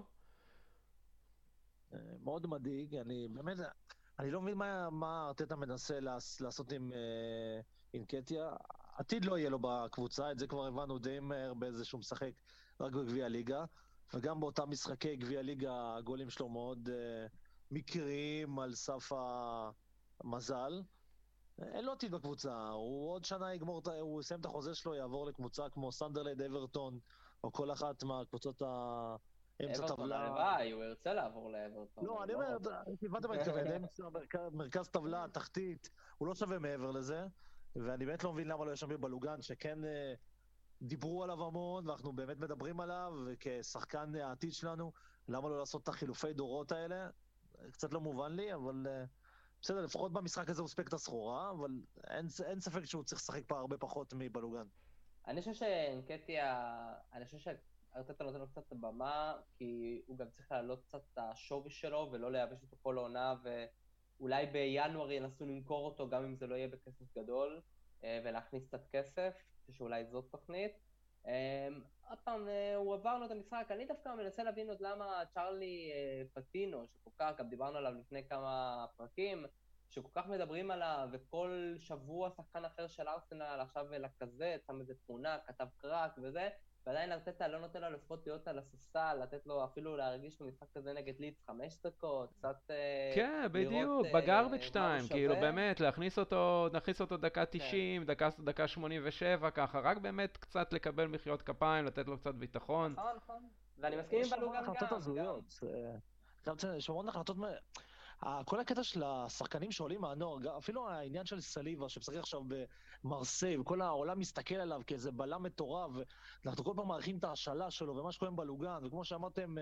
מאוד מדאיג, אני באמת, אני לא מבין מה ארטטה מנסה לעשות עם אינקטיה. עתיד לא יהיה לו בקבוצה, את זה כבר הבנו די מהר באיזה שהוא משחק רק בגביע הליגה, וגם באותם משחקי גביע הליגה הגולים שלו מאוד מקריים על סף המזל. אין לו עתיד בקבוצה, הוא עוד שנה הוא יסיים את החוזה שלו, יעבור לקבוצה כמו סנדרלנד, אברטון, או כל אחת מהקבוצות אמצע אברטון, טבלה. הלוואי, הוא ירצה לעבור לאברטון. לא, אני אומר, הבנת מה התכוון, מרכז טבלה, תחתית, הוא לא שווה מעבר לזה, ואני באמת לא מבין למה לא יש שם בלוגן, שכן דיברו עליו המון, ואנחנו באמת מדברים עליו, וכשחקן העתיד שלנו, למה לא לעשות את החילופי דורות האלה? קצת לא מובן לי, אבל בסדר, לפחות במשחק הזה הוא ספק את הסחורה, אבל אין ספק שהוא צריך לשחק פה הרבה פחות מבלוגן. אני חושב שאנקטיה, אני חושב שארטטה נותן לו קצת את הבמה, כי הוא גם צריך להעלות קצת את השווי שלו, ולא לייבש אותו כל העונה, ואולי בינואר ינסו למכור אותו, גם אם זה לא יהיה בכסף גדול, ולהכניס קצת כסף, שאולי זאת תוכנית. עוד פעם, הוא עבר לו את המשחק, אני דווקא מנסה להבין עוד למה צ'רלי פטינו, שכל כך, גם דיברנו עליו לפני כמה פרקים, שכל כך מדברים עליו, וכל שבוע שחקן אחר של ארסנל, עכשיו לכזה, שם איזה תמונה, כתב קרק וזה, ועדיין ארטטה לא נותן לו לפחות להיות על הספסל, לתת לו אפילו להרגיש במשחק כזה נגד לידס 5 דקות, קצת כן, לראות בדיוק, בגרבג' מה הוא טיים, כאילו שווה. באמת, נכניס אותו דקה 90, דקה 87, ככה, רק באמת קצת לקבל מחיאות כפיים, לתת לו קצת ביטחון. נכון, נכון. ואני מסכים עם בלוגן גם. יש החלטות הזויות. יש המון החלטות... כל הקטע של השחקנים שעולים מהנוער, אפילו העניין של סליבה שמשחק עכשיו במרסיי, וכל העולם מסתכל עליו כאיזה בלם מטורף, ואנחנו כל פעם מעריכים את ההשאלה שלו ומה שקורה עם בלוגן, וכמו שאמרתם,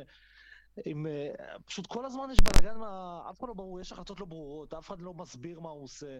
פשוט כל הזמן יש בלגן, אף אחד לא ברור, יש החלטות לא ברורות, אף אחד לא מסביר מה הוא עושה.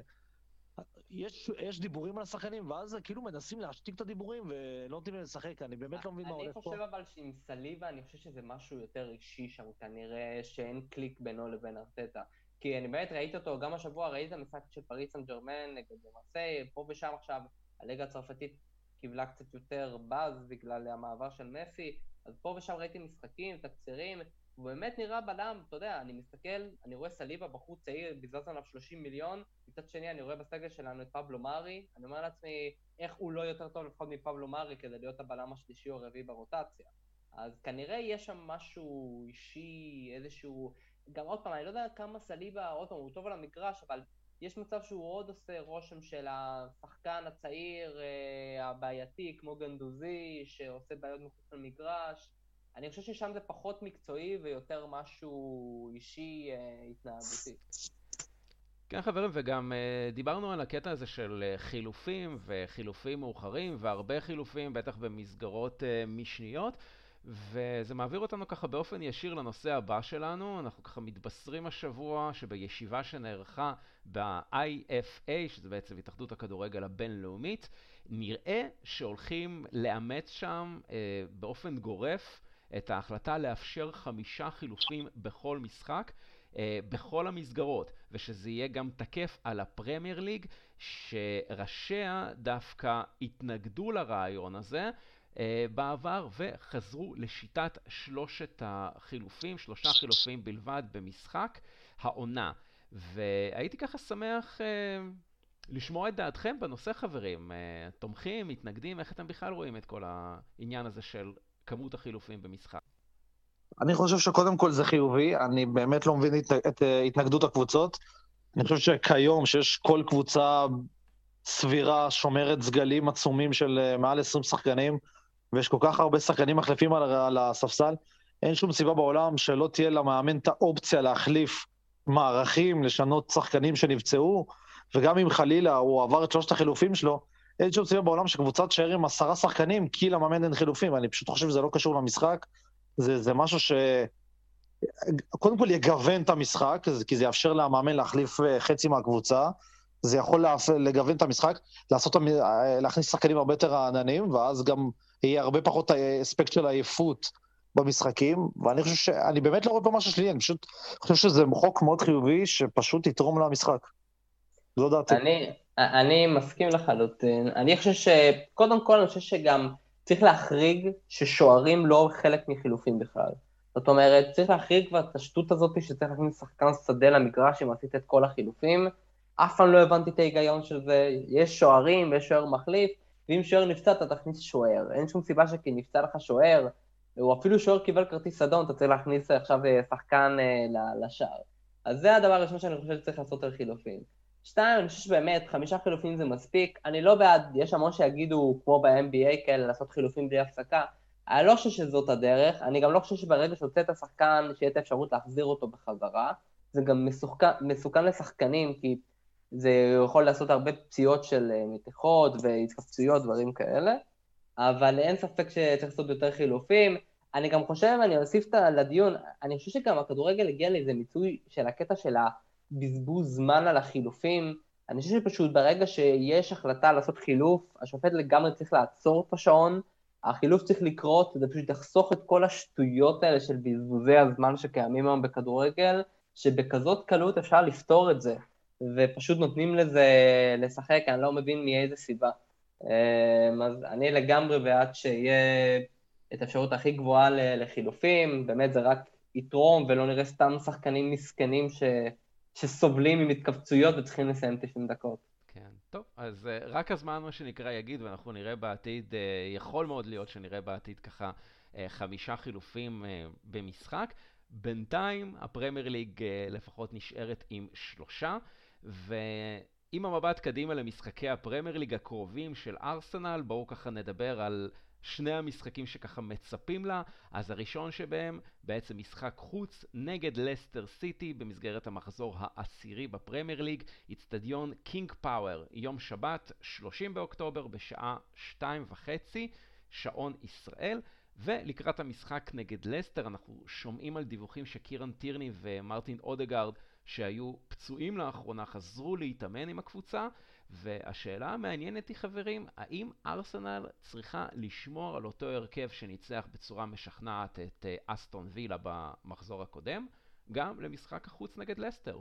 יש דיבורים על השחקנים, ואז כאילו מנסים להשתיק את הדיבורים ולא נותנים להם לשחק, אני באמת לא מבין מה הולך פה. אני חושב אבל שעם סליבה, אני חושב שזה משהו יותר אישי שם, כנראה שאין קליק בינו לבין ארטטה. כי אני באמת ראיתי אותו, גם השבוע ראיתי את המשחק של פריס סן ז'רמן נגד מרסיי, פה ושם עכשיו הליגה הצרפתית קיבלה קצת יותר באז בגלל המעבר של מסי, אז פה ושם ראיתי משחקים, תקצירים, הוא באמת נראה בלם, אתה יודע, אני מסתכל, אני רואה סליבה בחוץ צעיר, בזבז עליו 30 מיליון, מצד שני אני רואה בסגל שלנו את פבלו מארי, אני אומר לעצמי, איך הוא לא יותר טוב לפחות מפבלו מארי כדי להיות הבלם השלישי או רביעי ברוטציה. אז כנראה יש שם משהו אישי, איזשהו... גם עוד פעם, אני לא יודע כמה סליבה, עוד פעם, הוא טוב על המגרש, אבל יש מצב שהוא עוד עושה רושם של השחקן הצעיר, הבעייתי, כמו גנדוזי, שעושה בעיות מחוץ למגרש. אני חושב ששם זה פחות מקצועי ויותר משהו אישי, התנהגותי. כן חברים, וגם דיברנו על הקטע הזה של חילופים וחילופים מאוחרים והרבה חילופים, בטח במסגרות משניות, וזה מעביר אותנו ככה באופן ישיר לנושא הבא שלנו. אנחנו ככה מתבשרים השבוע שבישיבה שנערכה ב-IFA, שזה בעצם התאחדות הכדורגל הבינלאומית, נראה שהולכים לאמץ שם באופן גורף את ההחלטה לאפשר 5 חילופים בכל משחק, בכל המסגרות, ושזה יהיה גם תקף על הפרמייר ליג, שראשיה דווקא התנגדו לרעיון הזה בעבר וחזרו לשיטת 3 החילופים, 3 חילופים בלבד במשחק העונה. והייתי ככה שמח לשמוע את דעתכם בנושא, חברים. תומכים, מתנגדים, איך אתם בכלל רואים את כל העניין הזה של כמות החילופים במשחק? אני חושב שקודם כל זה חיובי, אני באמת לא מבין את התנגדות הקבוצות. אני חושב שכיום שיש כל קבוצה סבירה, שומרת סגלים עצומים של מעל 20 שחקנים, ויש כל כך הרבה שחקנים מחליפים על הספסל, אין שום סיבה בעולם שלא תהיה למאמן את האופציה להחליף מערכים, לשנות שחקנים שנפצעו, וגם אם חלילה הוא עבר את 3 החילופים שלו, אין שום סיבה בעולם שקבוצה תשאר עם 10 שחקנים, כי למאמן אין חילופים. אני פשוט חושב שזה לא קשור למשחק, זה משהו קודם כל יגוון את המשחק, כי זה יאפשר למאמן להחליף חצי מהקבוצה, זה יכול לגוון את המשחק, להכניס שחקנים הרבה יותר רעננים, ואז גם יהיה הרבה פחות אספקט של העייפות במשחקים, ואני חושב שאני באמת לא רואה פה משהו שלי, אני פשוט חושב שזה חוק מאוד חיובי, שפשוט יתרום למשחק. זו דעתי. אני מסכים לחלוטין. אני חושב שקודם כל, אני חושב שגם צריך להחריג ששוערים לא חלק מחילופים בכלל. זאת אומרת, צריך להחריג כבר את השטות הזאת שצריך להכניס שחקן שדה למגרש אם עשית את כל החילופים. אף פעם לא הבנתי את ההיגיון של זה. יש שוערים ויש שוער מחליף, ואם שוער נפצע אתה תכניס שוער. אין שום סיבה שכי נפצע לך שוער, או אפילו שוער קיבל כרטיס אדום, אתה צריך להכניס עכשיו שחקן לשער. אז זה הדבר הראשון שאני חושב שצריך לעשות על חילופים. 2, אני חושב שבאמת 5 חילופים זה מספיק. אני לא בעד, יש המון שיגידו כמו ב-NBA כאלה לעשות חילופים בלי הפסקה. אני לא חושב שזאת הדרך, אני גם לא חושב שברגע שהוצאת השחקן שיהיה את האפשרות להחזיר אותו בחזרה. זה גם מסוכן לשחקנים, כי זה יכול לעשות הרבה פציעות של מתיחות והתקפצויות, דברים כאלה. אבל אין ספק שצריך לעשות יותר חילופים. אני גם חושב, אני אוסיף לדיון, אני חושב שגם הכדורגל הגיע לאיזה מיצוי של הקטע של בזבוז זמן על החילופים. אני חושב שפשוט ברגע שיש החלטה לעשות חילוף, השופט לגמרי צריך לעצור את השעון, החילוף צריך לקרות, זה פשוט יחסוך את כל השטויות האלה של בזבוזי הזמן שקיימים היום בכדורגל, שבכזאת קלות אפשר לפתור את זה, ופשוט נותנים לזה לשחק, אני לא מבין מאיזה סיבה. אז אני לגמרי בעד שיהיה את האפשרות הכי גבוהה לחילופים, באמת זה רק יתרום ולא נראה סתם שחקנים מסכנים שסובלים עם התכווצויות וצריכים לסיים 90 דקות. כן, טוב, אז רק הזמן מה שנקרא יגיד, ואנחנו נראה בעתיד, יכול מאוד להיות שנראה בעתיד ככה 5 חילופים במשחק. בינתיים הפרמייר ליג לפחות נשארת עם 3, ואם המבט קדימה למשחקי הפרמייר ליג הקרובים של ארסנל, בואו ככה נדבר על שני המשחקים שככה מצפים לה. אז הראשון שבהם בעצם משחק חוץ נגד לסטר סיטי במסגרת המחזור העשירי בפרמייר ליג, אצטדיון קינג פאוור, יום שבת 30 באוקטובר בשעה 2:30 שעון ישראל. ולקראת המשחק נגד לסטר אנחנו שומעים על דיווחים שקירן טירני ומרטין אודגרד שהיו פצועים לאחרונה חזרו להתאמן עם הקבוצה, והשאלה המעניינת היא חברים, האם ארסנל צריכה לשמור על אותו הרכב שניצח בצורה משכנעת את אסטון וילה במחזור הקודם, גם למשחק החוץ נגד לסטר?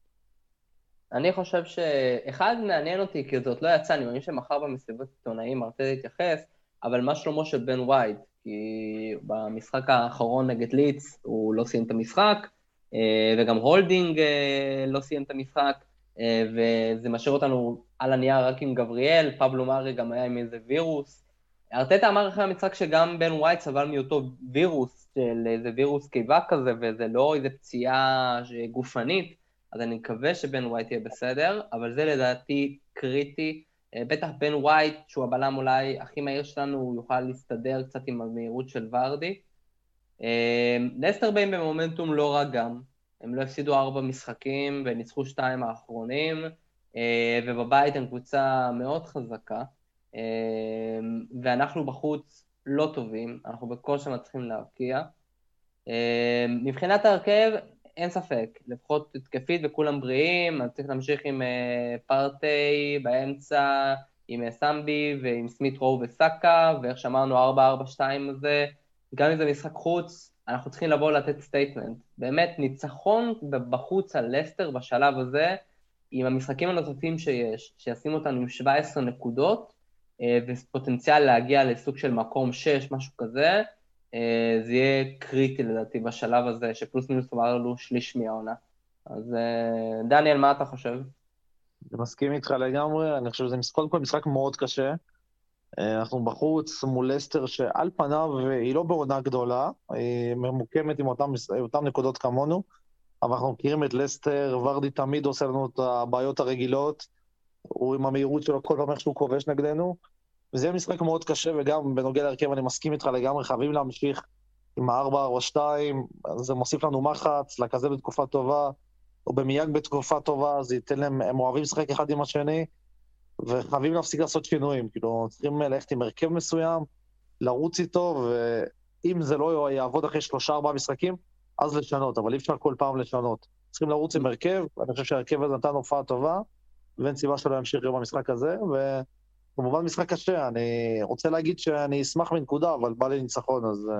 אני חושב שאחד מעניין אותי, כי זאת לא יצא, אני מאמין שמחר במסיבות עיתונאים ארצה להתייחס, אבל מה שלומו של בן ווייט, כי במשחק האחרון נגד ליץ הוא לא סיים את המשחק, וגם הולדינג לא סיים את המשחק, וזה משאיר אותנו על הנייר רק עם גבריאל, פבלו מארי גם היה עם איזה וירוס. ארטטה אמר אחרי המשחק שגם בן ווייט סבל מאותו וירוס, של איזה וירוס קיבה כזה, וזה לא איזה פציעה גופנית, אז אני מקווה שבן ווייט יהיה בסדר, אבל זה לדעתי קריטי, בטח בן ווייט, שהוא הבלם אולי הכי מהיר שלנו, הוא יוכל להסתדר קצת עם המהירות של ורדי. לסטר באים במומנטום לא רע גם, הם לא הפסידו 4 משחקים וניצחו 2 האחרונים, ובבית הם קבוצה מאוד חזקה, ואנחנו בחוץ לא טובים, אנחנו בקושי מצליחים להבקיע. מבחינת ההרכב, אין ספק, לפחות התקפית וכולם בריאים, אז צריך להמשיך עם פרטי באמצע, עם סמבי ועם סמית רו וסאקה, ואיך שאמרנו 4-4-2 הזה, גם אם זה משחק חוץ, אנחנו צריכים לבוא לתת סטייטמנט. באמת, ניצחון בחוץ על לסטר בשלב הזה, עם המשחקים הנוספים שיש, שישים אותנו עם 17 נקודות, ופוטנציאל להגיע לסוג של מקום 6, משהו כזה, זה יהיה קריטי לדעתי בשלב הזה, שפלוס מינוס אומר לנו שליש מהעונה. אז דניאל, מה אתה חושב? אני מסכים איתך לגמרי, אני חושב שזה קודם כל משחק מאוד קשה. אנחנו בחוץ מול לסטר שעל פניו היא לא בעונה גדולה, היא ממוקמת עם אותם נקודות כמונו, אבל אנחנו מכירים את לסטר, ורדי תמיד עושה לנו את הבעיות הרגילות, הוא עם המהירות שלו כל פעם איך שהוא כובש נגדנו, וזה יהיה משחק מאוד קשה, וגם בנוגע להרכב אני מסכים איתך לגמרי, חייבים להמשיך עם ה-4-4-2, זה מוסיף לנו מחץ, לכזה בתקופה טובה, או במייג בתקופה טובה, זה ייתן להם, הם אוהבים לשחק אחד עם השני, וחייבים להפסיק לעשות שינויים, כאילו צריכים ללכת עם הרכב מסוים, לרוץ איתו, ואם זה לא יעבוד אחרי 3-4 משחקים, אז לשנות, אבל אי אפשר כל פעם לשנות. צריכים לרוץ עם הרכב, אני חושב שהרכב הזה נתן הופעה טובה, ואין סיבה שלא ימשיך גם במשחק הזה, וכמובן משחק קשה, אני רוצה להגיד שאני אשמח מנקודה, אבל בא לי ניצחון, אז...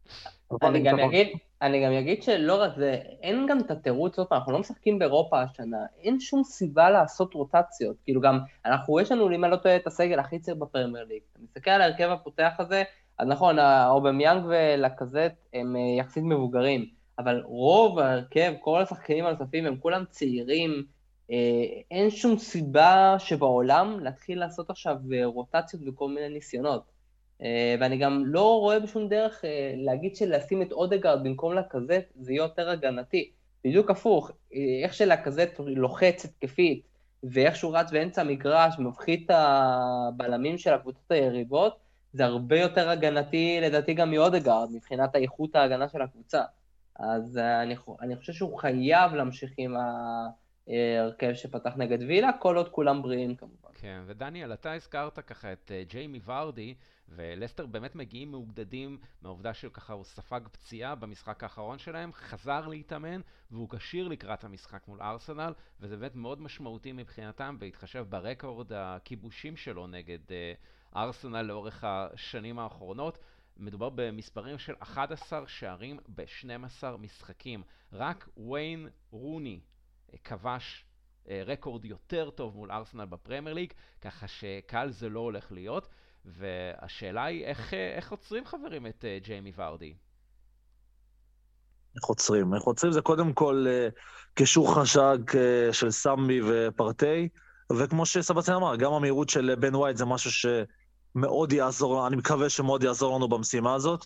אני גם אגיד שלא רק זה, אין גם את התירוץ, אנחנו לא משחקים באירופה השנה, אין שום סיבה לעשות רוטציות, כאילו גם, יש לנו, אם אני לא טועה, את הסגל הכי צעיר בפרמייר ליג, אתה מסתכל על ההרכב הפותח הזה, אז נכון, אובמיאנג ולקזט הם יחסית מבוגרים, אבל רוב ההרכב, כל השחקנים הנוספים הם כולם צעירים, אין שום סיבה שבעולם להתחיל לעשות עכשיו רוטציות וכל מיני ניסיונות. ואני גם לא רואה בשום דרך להגיד שלשים את אודגרד במקום לקזט, זה יהיה יותר הגנתי. בדיוק הפוך, איך שלקזט לוחץ התקפית, ואיך שהוא רץ באמצע המגרש, מפחית את הבלמים של הקבוצות היריבות, זה הרבה יותר הגנתי, לדעתי גם מאודגרד, מבחינת האיכות ההגנה של הקבוצה. אז אני חושב שהוא חייב להמשיך עם ההרכב שפתח נגד וילה, כל עוד כולם בריאים כמובן. כן, ודניאל, אתה הזכרת ככה את ג'יימי ורדי, ולסטר באמת מגיעים מעובדדים מהעובדה שככה הוא ספג פציעה במשחק האחרון שלהם, חזר להתאמן והוא כשיר לקראת המשחק מול ארסנל, וזה באמת מאוד משמעותי מבחינתם בהתחשב ברקורד הכיבושים שלו נגד ארסנל לאורך השנים האחרונות. מדובר במספרים של 11 שערים ב-12 משחקים. רק וויין רוני כבש רקורד יותר טוב מול ארסנל בפרמייר ליג, ככה שקל זה לא הולך להיות. והשאלה היא איך עוצרים חברים את ג'יימי ורדי? איך עוצרים? איך עוצרים זה קודם כל קישור חשק של סמי ופרטי, וכמו שסבסטיאן אמר, גם המהירות של בן ווייט זה משהו שמאוד יעזור, אני מקווה שמאוד יעזור לנו במשימה הזאת.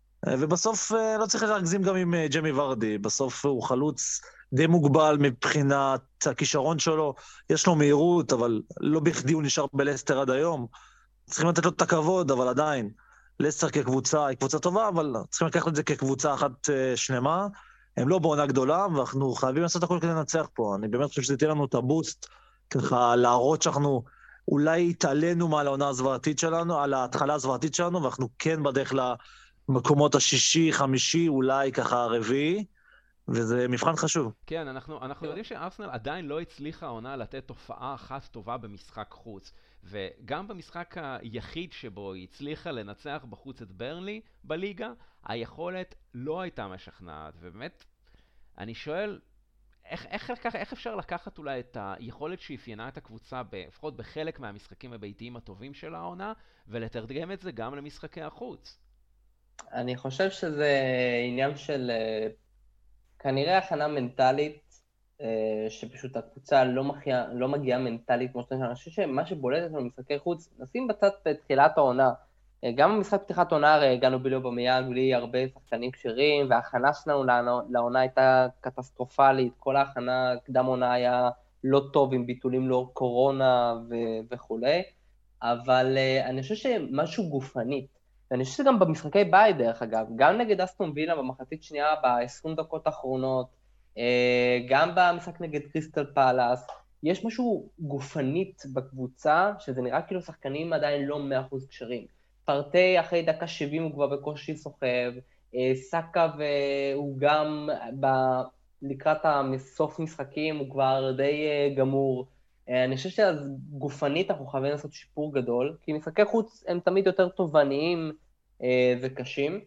ובסוף לא צריך להגזים גם עם ג'מי ורדי, בסוף הוא חלוץ די מוגבל מבחינת הכישרון שלו, יש לו מהירות, אבל לא בכדי הוא נשאר בלסטר עד היום. צריכים לתת לו את הכבוד, אבל עדיין, לסטר כקבוצה היא קבוצה טובה, אבל צריכים לקחת את זה כקבוצה אחת שלמה. הם לא בעונה גדולה, ואנחנו חייבים לעשות הכל כדי לנצח פה. אני באמת חושב שזה ייתן לנו את הבוסט, ככה להראות שאנחנו אולי התעלינו מעל העונה הזוועתית שלנו, על ההתחלה הזוועתית שלנו, ואנחנו כן בדרך למקומות השישי, חמישי, אולי ככה הרביעי, וזה מבחן חשוב. כן, אנחנו יודעים שארסנל עדיין לא הצליחה העונה לתת תופעה אחת טובה במשחק חוץ. וגם במשחק היחיד שבו היא הצליחה לנצח בחוץ את ברנלי בליגה, היכולת לא הייתה משכנעת. ובאמת, אני שואל, איך אפשר לקחת אולי את היכולת שאפיינה את הקבוצה, לפחות בחלק מהמשחקים הביתיים הטובים של העונה, ולתרגם את זה גם למשחקי החוץ? אני חושב שזה עניין של כנראה הכנה מנטלית, שפשוט הקבוצה לא מגיעה מנטלית כמו שאני חושב שמה שבולט אצלנו במשחקי חוץ, נשים בצד בתחילת העונה, גם במשחק פתיחת עונה הרי הגענו בלי אובמיאנג, בלי הרבה שחקנים כשרים, וההכנה שלנו לעונה הייתה קטסטרופלית, כל ההכנה קדם עונה היה לא טוב עם ביטולים לאור קורונה וכולי, אבל אני חושב שמשהו גופנית, ואני חושב שגם במשחקי בית דרך אגב, גם נגד אסטון וילה במחצית שנייה ב-20 דקות האחרונות, גם במשחק נגד קריסטל פאלאס, יש משהו גופנית בקבוצה, שזה נראה כאילו שחקנים עדיין לא 100% כשרים. פרטי אחרי דקה 70 הוא כבר בקושי סוחב, סאקה והוא גם לקראת הסוף משחקים הוא כבר די גמור. אני חושב שגופנית אנחנו חייבים לעשות שיפור גדול, כי משחקי חוץ הם תמיד יותר תובעניים וקשים.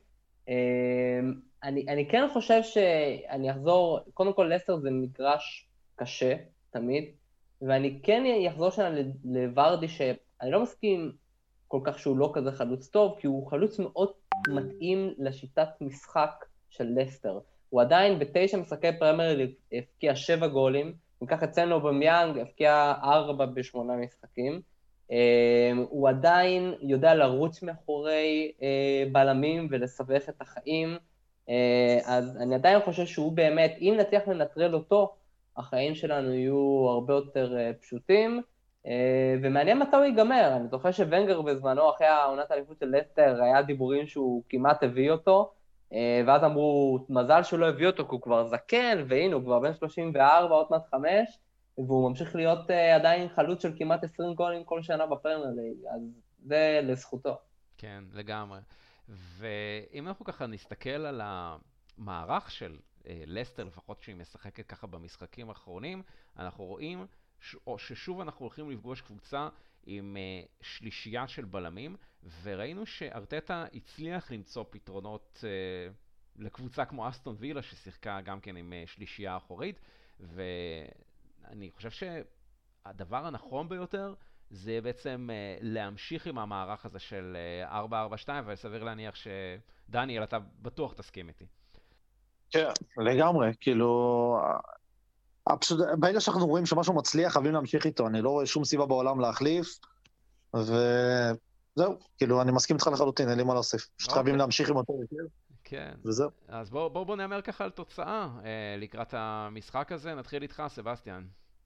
אני כן חושב שאני אחזור, קודם כל לסטר זה מגרש קשה, תמיד, ואני כן אחזור שנה לוורדי, שאני לא מסכים כל כך שהוא לא כזה חלוץ טוב, כי הוא חלוץ מאוד מתאים לשיטת משחק של לסטר. הוא עדיין ב9 משחקי פרמייר ליג הפקיע 7 גולים, ניקח אצלנו אובמיאנג, הפקיע 4 ב8 משחקים, הוא עדיין יודע לרוץ מאחורי בלמים ולסבך את החיים, אז אני עדיין חושב שהוא באמת, אם נצליח לנטרל אותו, החיים שלנו יהיו הרבה יותר פשוטים, ומעניין מתי הוא ייגמר. אני זוכר שוונגר בזמנו, אחרי העונת האליפות של לסטר, היה דיבורים שהוא כמעט הביא אותו, ואז אמרו, מזל שהוא לא הביא אותו, כי הוא כבר זקן, והנה, הוא כבר בן 34, עוד מעט 5, והוא ממשיך להיות עדיין חלוץ של כמעט 20 גולים כל שנה בפרמייר ליג, אז זה לזכותו. כן, לגמרי. ואם אנחנו ככה נסתכל על המערך של לסטר, לפחות שהיא משחקת ככה במשחקים האחרונים, אנחנו רואים ששוב אנחנו הולכים לפגוש קבוצה עם שלישייה של בלמים, וראינו שארטטה הצליח למצוא פתרונות לקבוצה כמו אסטון וילה, ששיחקה גם כן עם שלישייה אחורית, ואני חושב שהדבר הנכון ביותר זה בעצם להמשיך עם המערך הזה של 4-4-2, וסביר להניח שדניאל, אתה בטוח תסכים איתי. כן, לגמרי, כאילו, פשוט, ברגע שאנחנו רואים שמשהו מצליח, חייבים להמשיך איתו, אני לא רואה שום סיבה בעולם להחליף, וזהו, כאילו, אני מסכים איתך לחלוטין, אין לי מה להוסיף, פשוט חייבים להמשיך עם אותו רכיב, כן, וזהו. אז בוא נאמר ככה על תוצאה לקראת המשחק הזה, נתחיל איתך, סבסטיאן.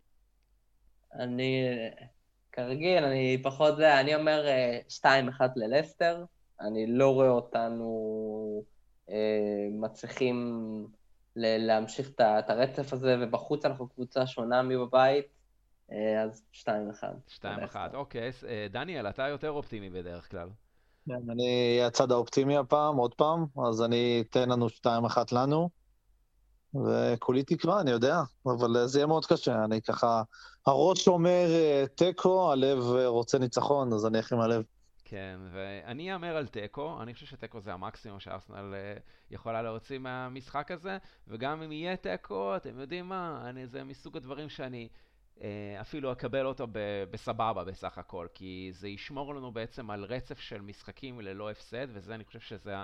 כרגיל, אני פחות זה, אני אומר 2-1 ללסטר, אני לא רואה אותנו מצליחים להמשיך את הרצף הזה, ובחוץ אנחנו קבוצה שונה מבבית, אז 2-1. 2-1, אוקיי. דניאל, אתה יותר אופטימי בדרך כלל. כן, אני אהיה הצד האופטימי הפעם, עוד פעם, אז אני אתן לנו 2-1 לנו, וכולי תקווה, אני יודע, אבל זה יהיה מאוד קשה, אני ככה, הראש אומר טקו, הלב רוצה ניצחון, אז אני אחים הלב. כן, ואני אאמר על טקו, אני חושב שטקו זה המקסימום שארסנל יכולה להוציא מהמשחק הזה, וגם אם יהיה טקו, אתם יודעים מה, זה מסוג הדברים שאני אפילו אקבל אותו בסבבה בסך הכל, כי זה ישמור לנו בעצם על רצף של משחקים ללא הפסד, וזה אני חושב שזה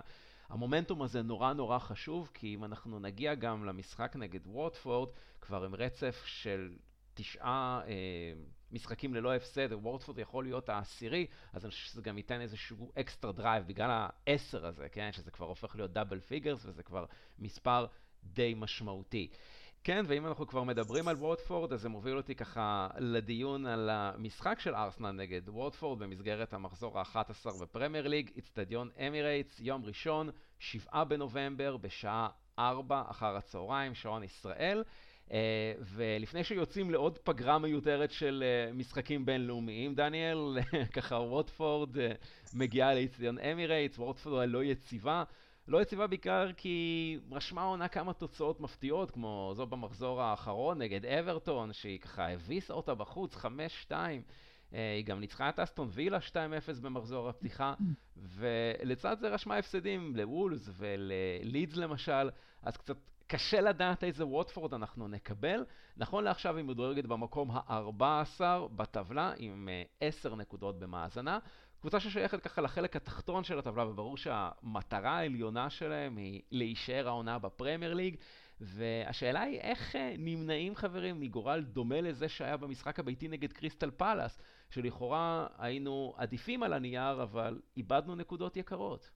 המומנטום הזה נורא נורא חשוב, כי אם אנחנו נגיע גם למשחק נגד ווטפורד, כבר עם רצף של 9 משחקים ללא הפסד, ווטפורד יכול להיות העשירי, אז אני חושב שזה גם ייתן איזשהו אקסטרה דרייב בגלל ה10 הזה, כן? שזה כבר הופך להיות דאבל פיגרס, וזה כבר מספר די משמעותי. כן, ואם אנחנו כבר מדברים על ווטפורד, אז זה מוביל אותי ככה לדיון על המשחק של ארסנל נגד ווטפורד במסגרת המחזור ה-11 בפרמייר ליג, אצטדיון אמירייטס, יום ראשון, 7 בנובמבר, בשעה 4 אחר הצהריים, שעון ישראל. ולפני שיוצאים לעוד פגרה מיותרת של משחקים בינלאומיים, דניאל, ככה ווטפורד מגיעה לאצטדיון אמירייטס, ווטפורד לא יציבה. לא יציבה בעיקר כי רשמה עונה כמה תוצאות מפתיעות, כמו זו במחזור האחרון נגד אברטון, שהיא ככה הביסה אותה בחוץ, 5-2. היא גם ניצחה את אסטון וילה 2-0 במחזור הפתיחה, ולצד זה רשמה הפסדים לוולס וללידס למשל, אז קצת קשה לדעת איזה ווטפורד אנחנו נקבל. נכון לעכשיו היא מדורגת במקום ה-14 בטבלה, עם 10 נקודות במאזנה. קבוצה ששייכת ככה לחלק התחתון של הטבלה, וברור שהמטרה העליונה שלהם היא להישאר העונה בפרמייר ליג, והשאלה היא איך נמנעים חברים מגורל דומה לזה שהיה במשחק הביתי נגד קריסטל פלאס, שלכאורה היינו עדיפים על הנייר, אבל איבדנו נקודות יקרות.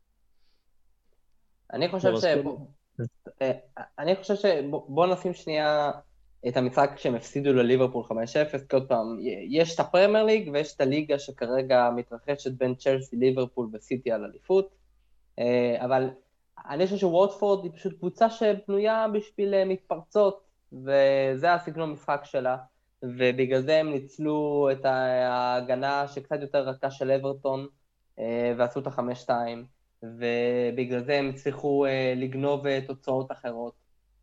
אני חושב שבוא נשים שנייה את המשחק שהם הפסידו לליברפול 5-0, כי עוד פעם, יש את הפרמייר ליג ויש את הליגה שכרגע מתרחשת בין צ'לסי, ליברפול וסיטי על אליפות, אבל אני חושב שווטפורד היא פשוט קבוצה שבנויה בשביל מתפרצות, וזה הסגנון משחק שלה, ובגלל זה הם ניצלו את ההגנה שקצת יותר רכה של אברטון, ועשו את ה-5-2, ובגלל זה הם הצליחו לגנוב תוצאות אחרות.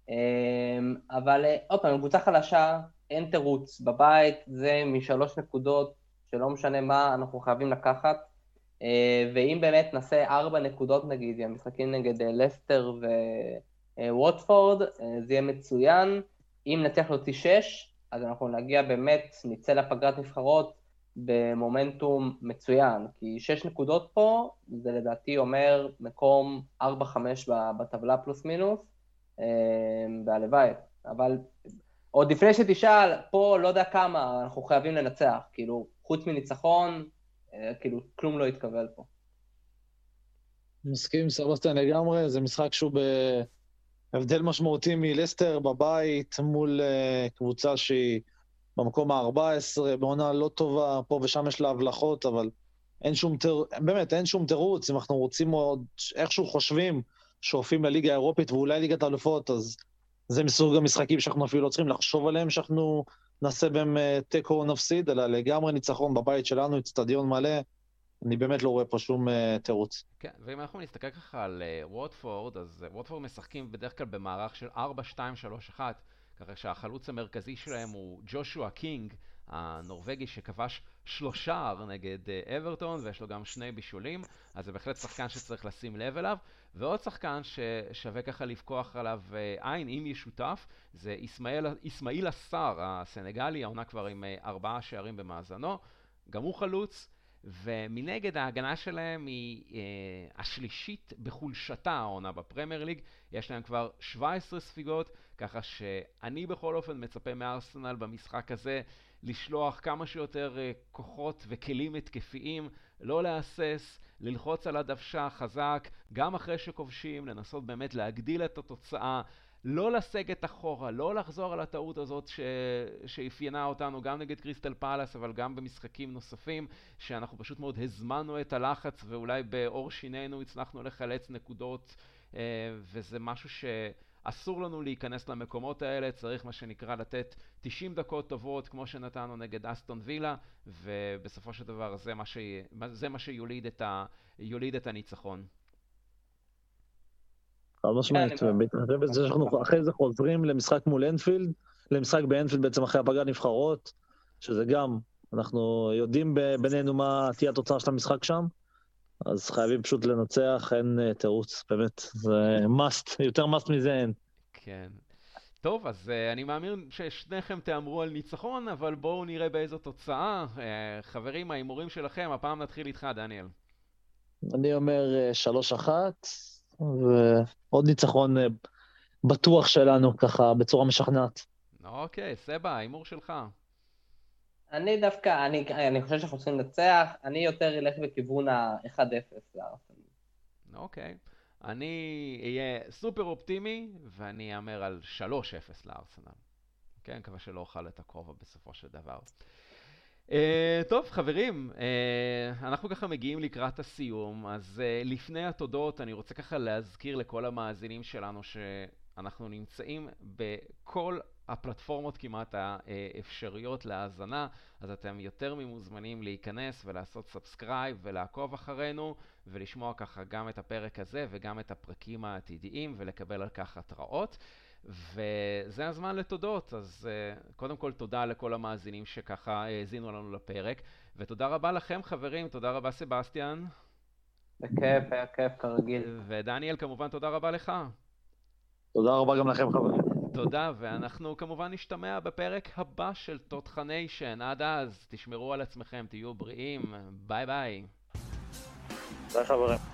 אבל עוד פעם, קבוצה חלשה, אין תירוץ בבית, זה מ3 נקודות, שלא משנה מה אנחנו חייבים לקחת, ואם באמת נעשה 4 נקודות נגיד, המשחקים נגד לסטר וווטפורד, זה יהיה מצוין. אם נצליח להוציא 6, אז אנחנו נגיע באמת, נצא לפגרת נבחרות במומנטום מצוין, כי 6 נקודות פה, זה לדעתי אומר מקום 4-5 בטבלה פלוס מינוס, בהלוואי, אבל עוד לפני שתשאל, פה לא יודע כמה אנחנו חייבים לנצח, כאילו חוץ מניצחון, כאילו כלום לא יתקבל פה. מסכים, סבסטיין לגמרי, זה משחק שהוא בהבדל משמעותי מלסטר בבית, מול קבוצה שהיא במקום ה-14, בעונה לא טובה, פה ושם יש לה הבלחות, אבל באמת אין שום תירוץ, אם אנחנו רוצים עוד איכשהו חושבים, שואפים לליגה האירופית ואולי ליגת האלופות, אז זה מסוג המשחקים שאנחנו אפילו לא צריכים לחשוב עליהם, שאנחנו נעשה בהם תיקו או נפסיד, אלא לגמרי ניצחון בבית שלנו, אצטדיון מלא, אני באמת לא רואה פה שום תירוץ. כן, ואם אנחנו נסתכל ככה על ווטפורד, אז ווטפורד משחקים בדרך כלל במערך של 4-2-3-1, ככה שהחלוץ המרכזי שלהם הוא ג'ושוע קינג, הנורווגי שכבש 3 שערים נגד אברטון, ויש לו גם 2 בישולים, אז זה בהחלט שחקן שצריך לשים לב אליו. ועוד שחקן ששווה ככה לפקוח עליו עין, אם ישותף, זה איסמאעיל אסאר, הסנגלי, העונה כבר עם 4 שערים במאזנו, גם הוא חלוץ, ומנגד ההגנה שלהם היא השלישית בחולשתה העונה בפרמייר ליג, יש להם כבר 17 ספיגות, ככה שאני בכל אופן מצפה מארסנל במשחק הזה לשלוח כמה שיותר כוחות וכלים התקפיים, לא להסס, ללחוץ על הדוושה חזק, גם אחרי שכובשים, לנסות באמת להגדיל את התוצאה, לא לסגת אחורה, לא לחזור על הטעות הזאת שאפיינה אותנו גם נגד קריסטל פלאס, אבל גם במשחקים נוספים, שאנחנו פשוט מאוד הזמנו את הלחץ, ואולי באור שינינו הצלחנו לחלץ נקודות, וזה משהו שאסור לנו להיכנס למקומות האלה, צריך מה שנקרא לתת 90 דקות טובות, כמו שנתנו נגד אסטון וילה, ובסופו של דבר זה מה שיוליד את הניצחון. חד משמעית, ובהתחשב בזה שאנחנו אחרי זה חוזרים למשחק מול אנפילד, למשחק באנפילד בעצם אחרי הפגרת נבחרות, שזה גם, אנחנו יודעים בינינו מה תהיה התוצאה של המשחק שם, אז חייבים פשוט לנצח, אין תירוץ, באמת, זה must, יותר must מזה אין. כן. טוב, אז אני מאמין ששניכם תאמרו על ניצחון, אבל בואו נראה באיזו תוצאה. חברים, ההימורים שלכם, הפעם נתחיל איתך, דניאל. אני אומר 3-1, ועוד ניצחון בטוח שלנו, ככה, בצורה משכנעת. אוקיי, סבא, ההימור שלך. אני דווקא, אני חושב שאנחנו צריכים לנצח, אני יותר אלך בכיוון ה-1-0 לארסנל. אוקיי. אני אהיה סופר אופטימי, ואני אאמר על 3-0 לארסנל. כן, מקווה שלא אוכל את הכובע בסופו של דבר. טוב, חברים, אנחנו ככה מגיעים לקראת הסיום, אז לפני התודות אני רוצה ככה להזכיר לכל המאזינים שלנו שאנחנו נמצאים בכל הפלטפורמות כמעט האפשריות להאזנה, אז אתם יותר ממוזמנים להיכנס ולעשות סאבסקרייב ולעקוב אחרינו ולשמוע ככה גם את הפרק הזה וגם את הפרקים העתידיים ולקבל על כך התראות. וזה הזמן לתודות, אז קודם כל תודה לכל המאזינים שככה האזינו לנו לפרק, ותודה רבה לכם חברים, תודה רבה סבסטיאן. בכיף, היה כיף כרגיל. ודניאל כמובן תודה רבה לך. תודה רבה גם לכם, חברים. תודה, ואנחנו כמובן נשתמע בפרק הבא של תותחניישן. עד אז, תשמרו על עצמכם, תהיו בריאים, ביי ביי. ביי חברים.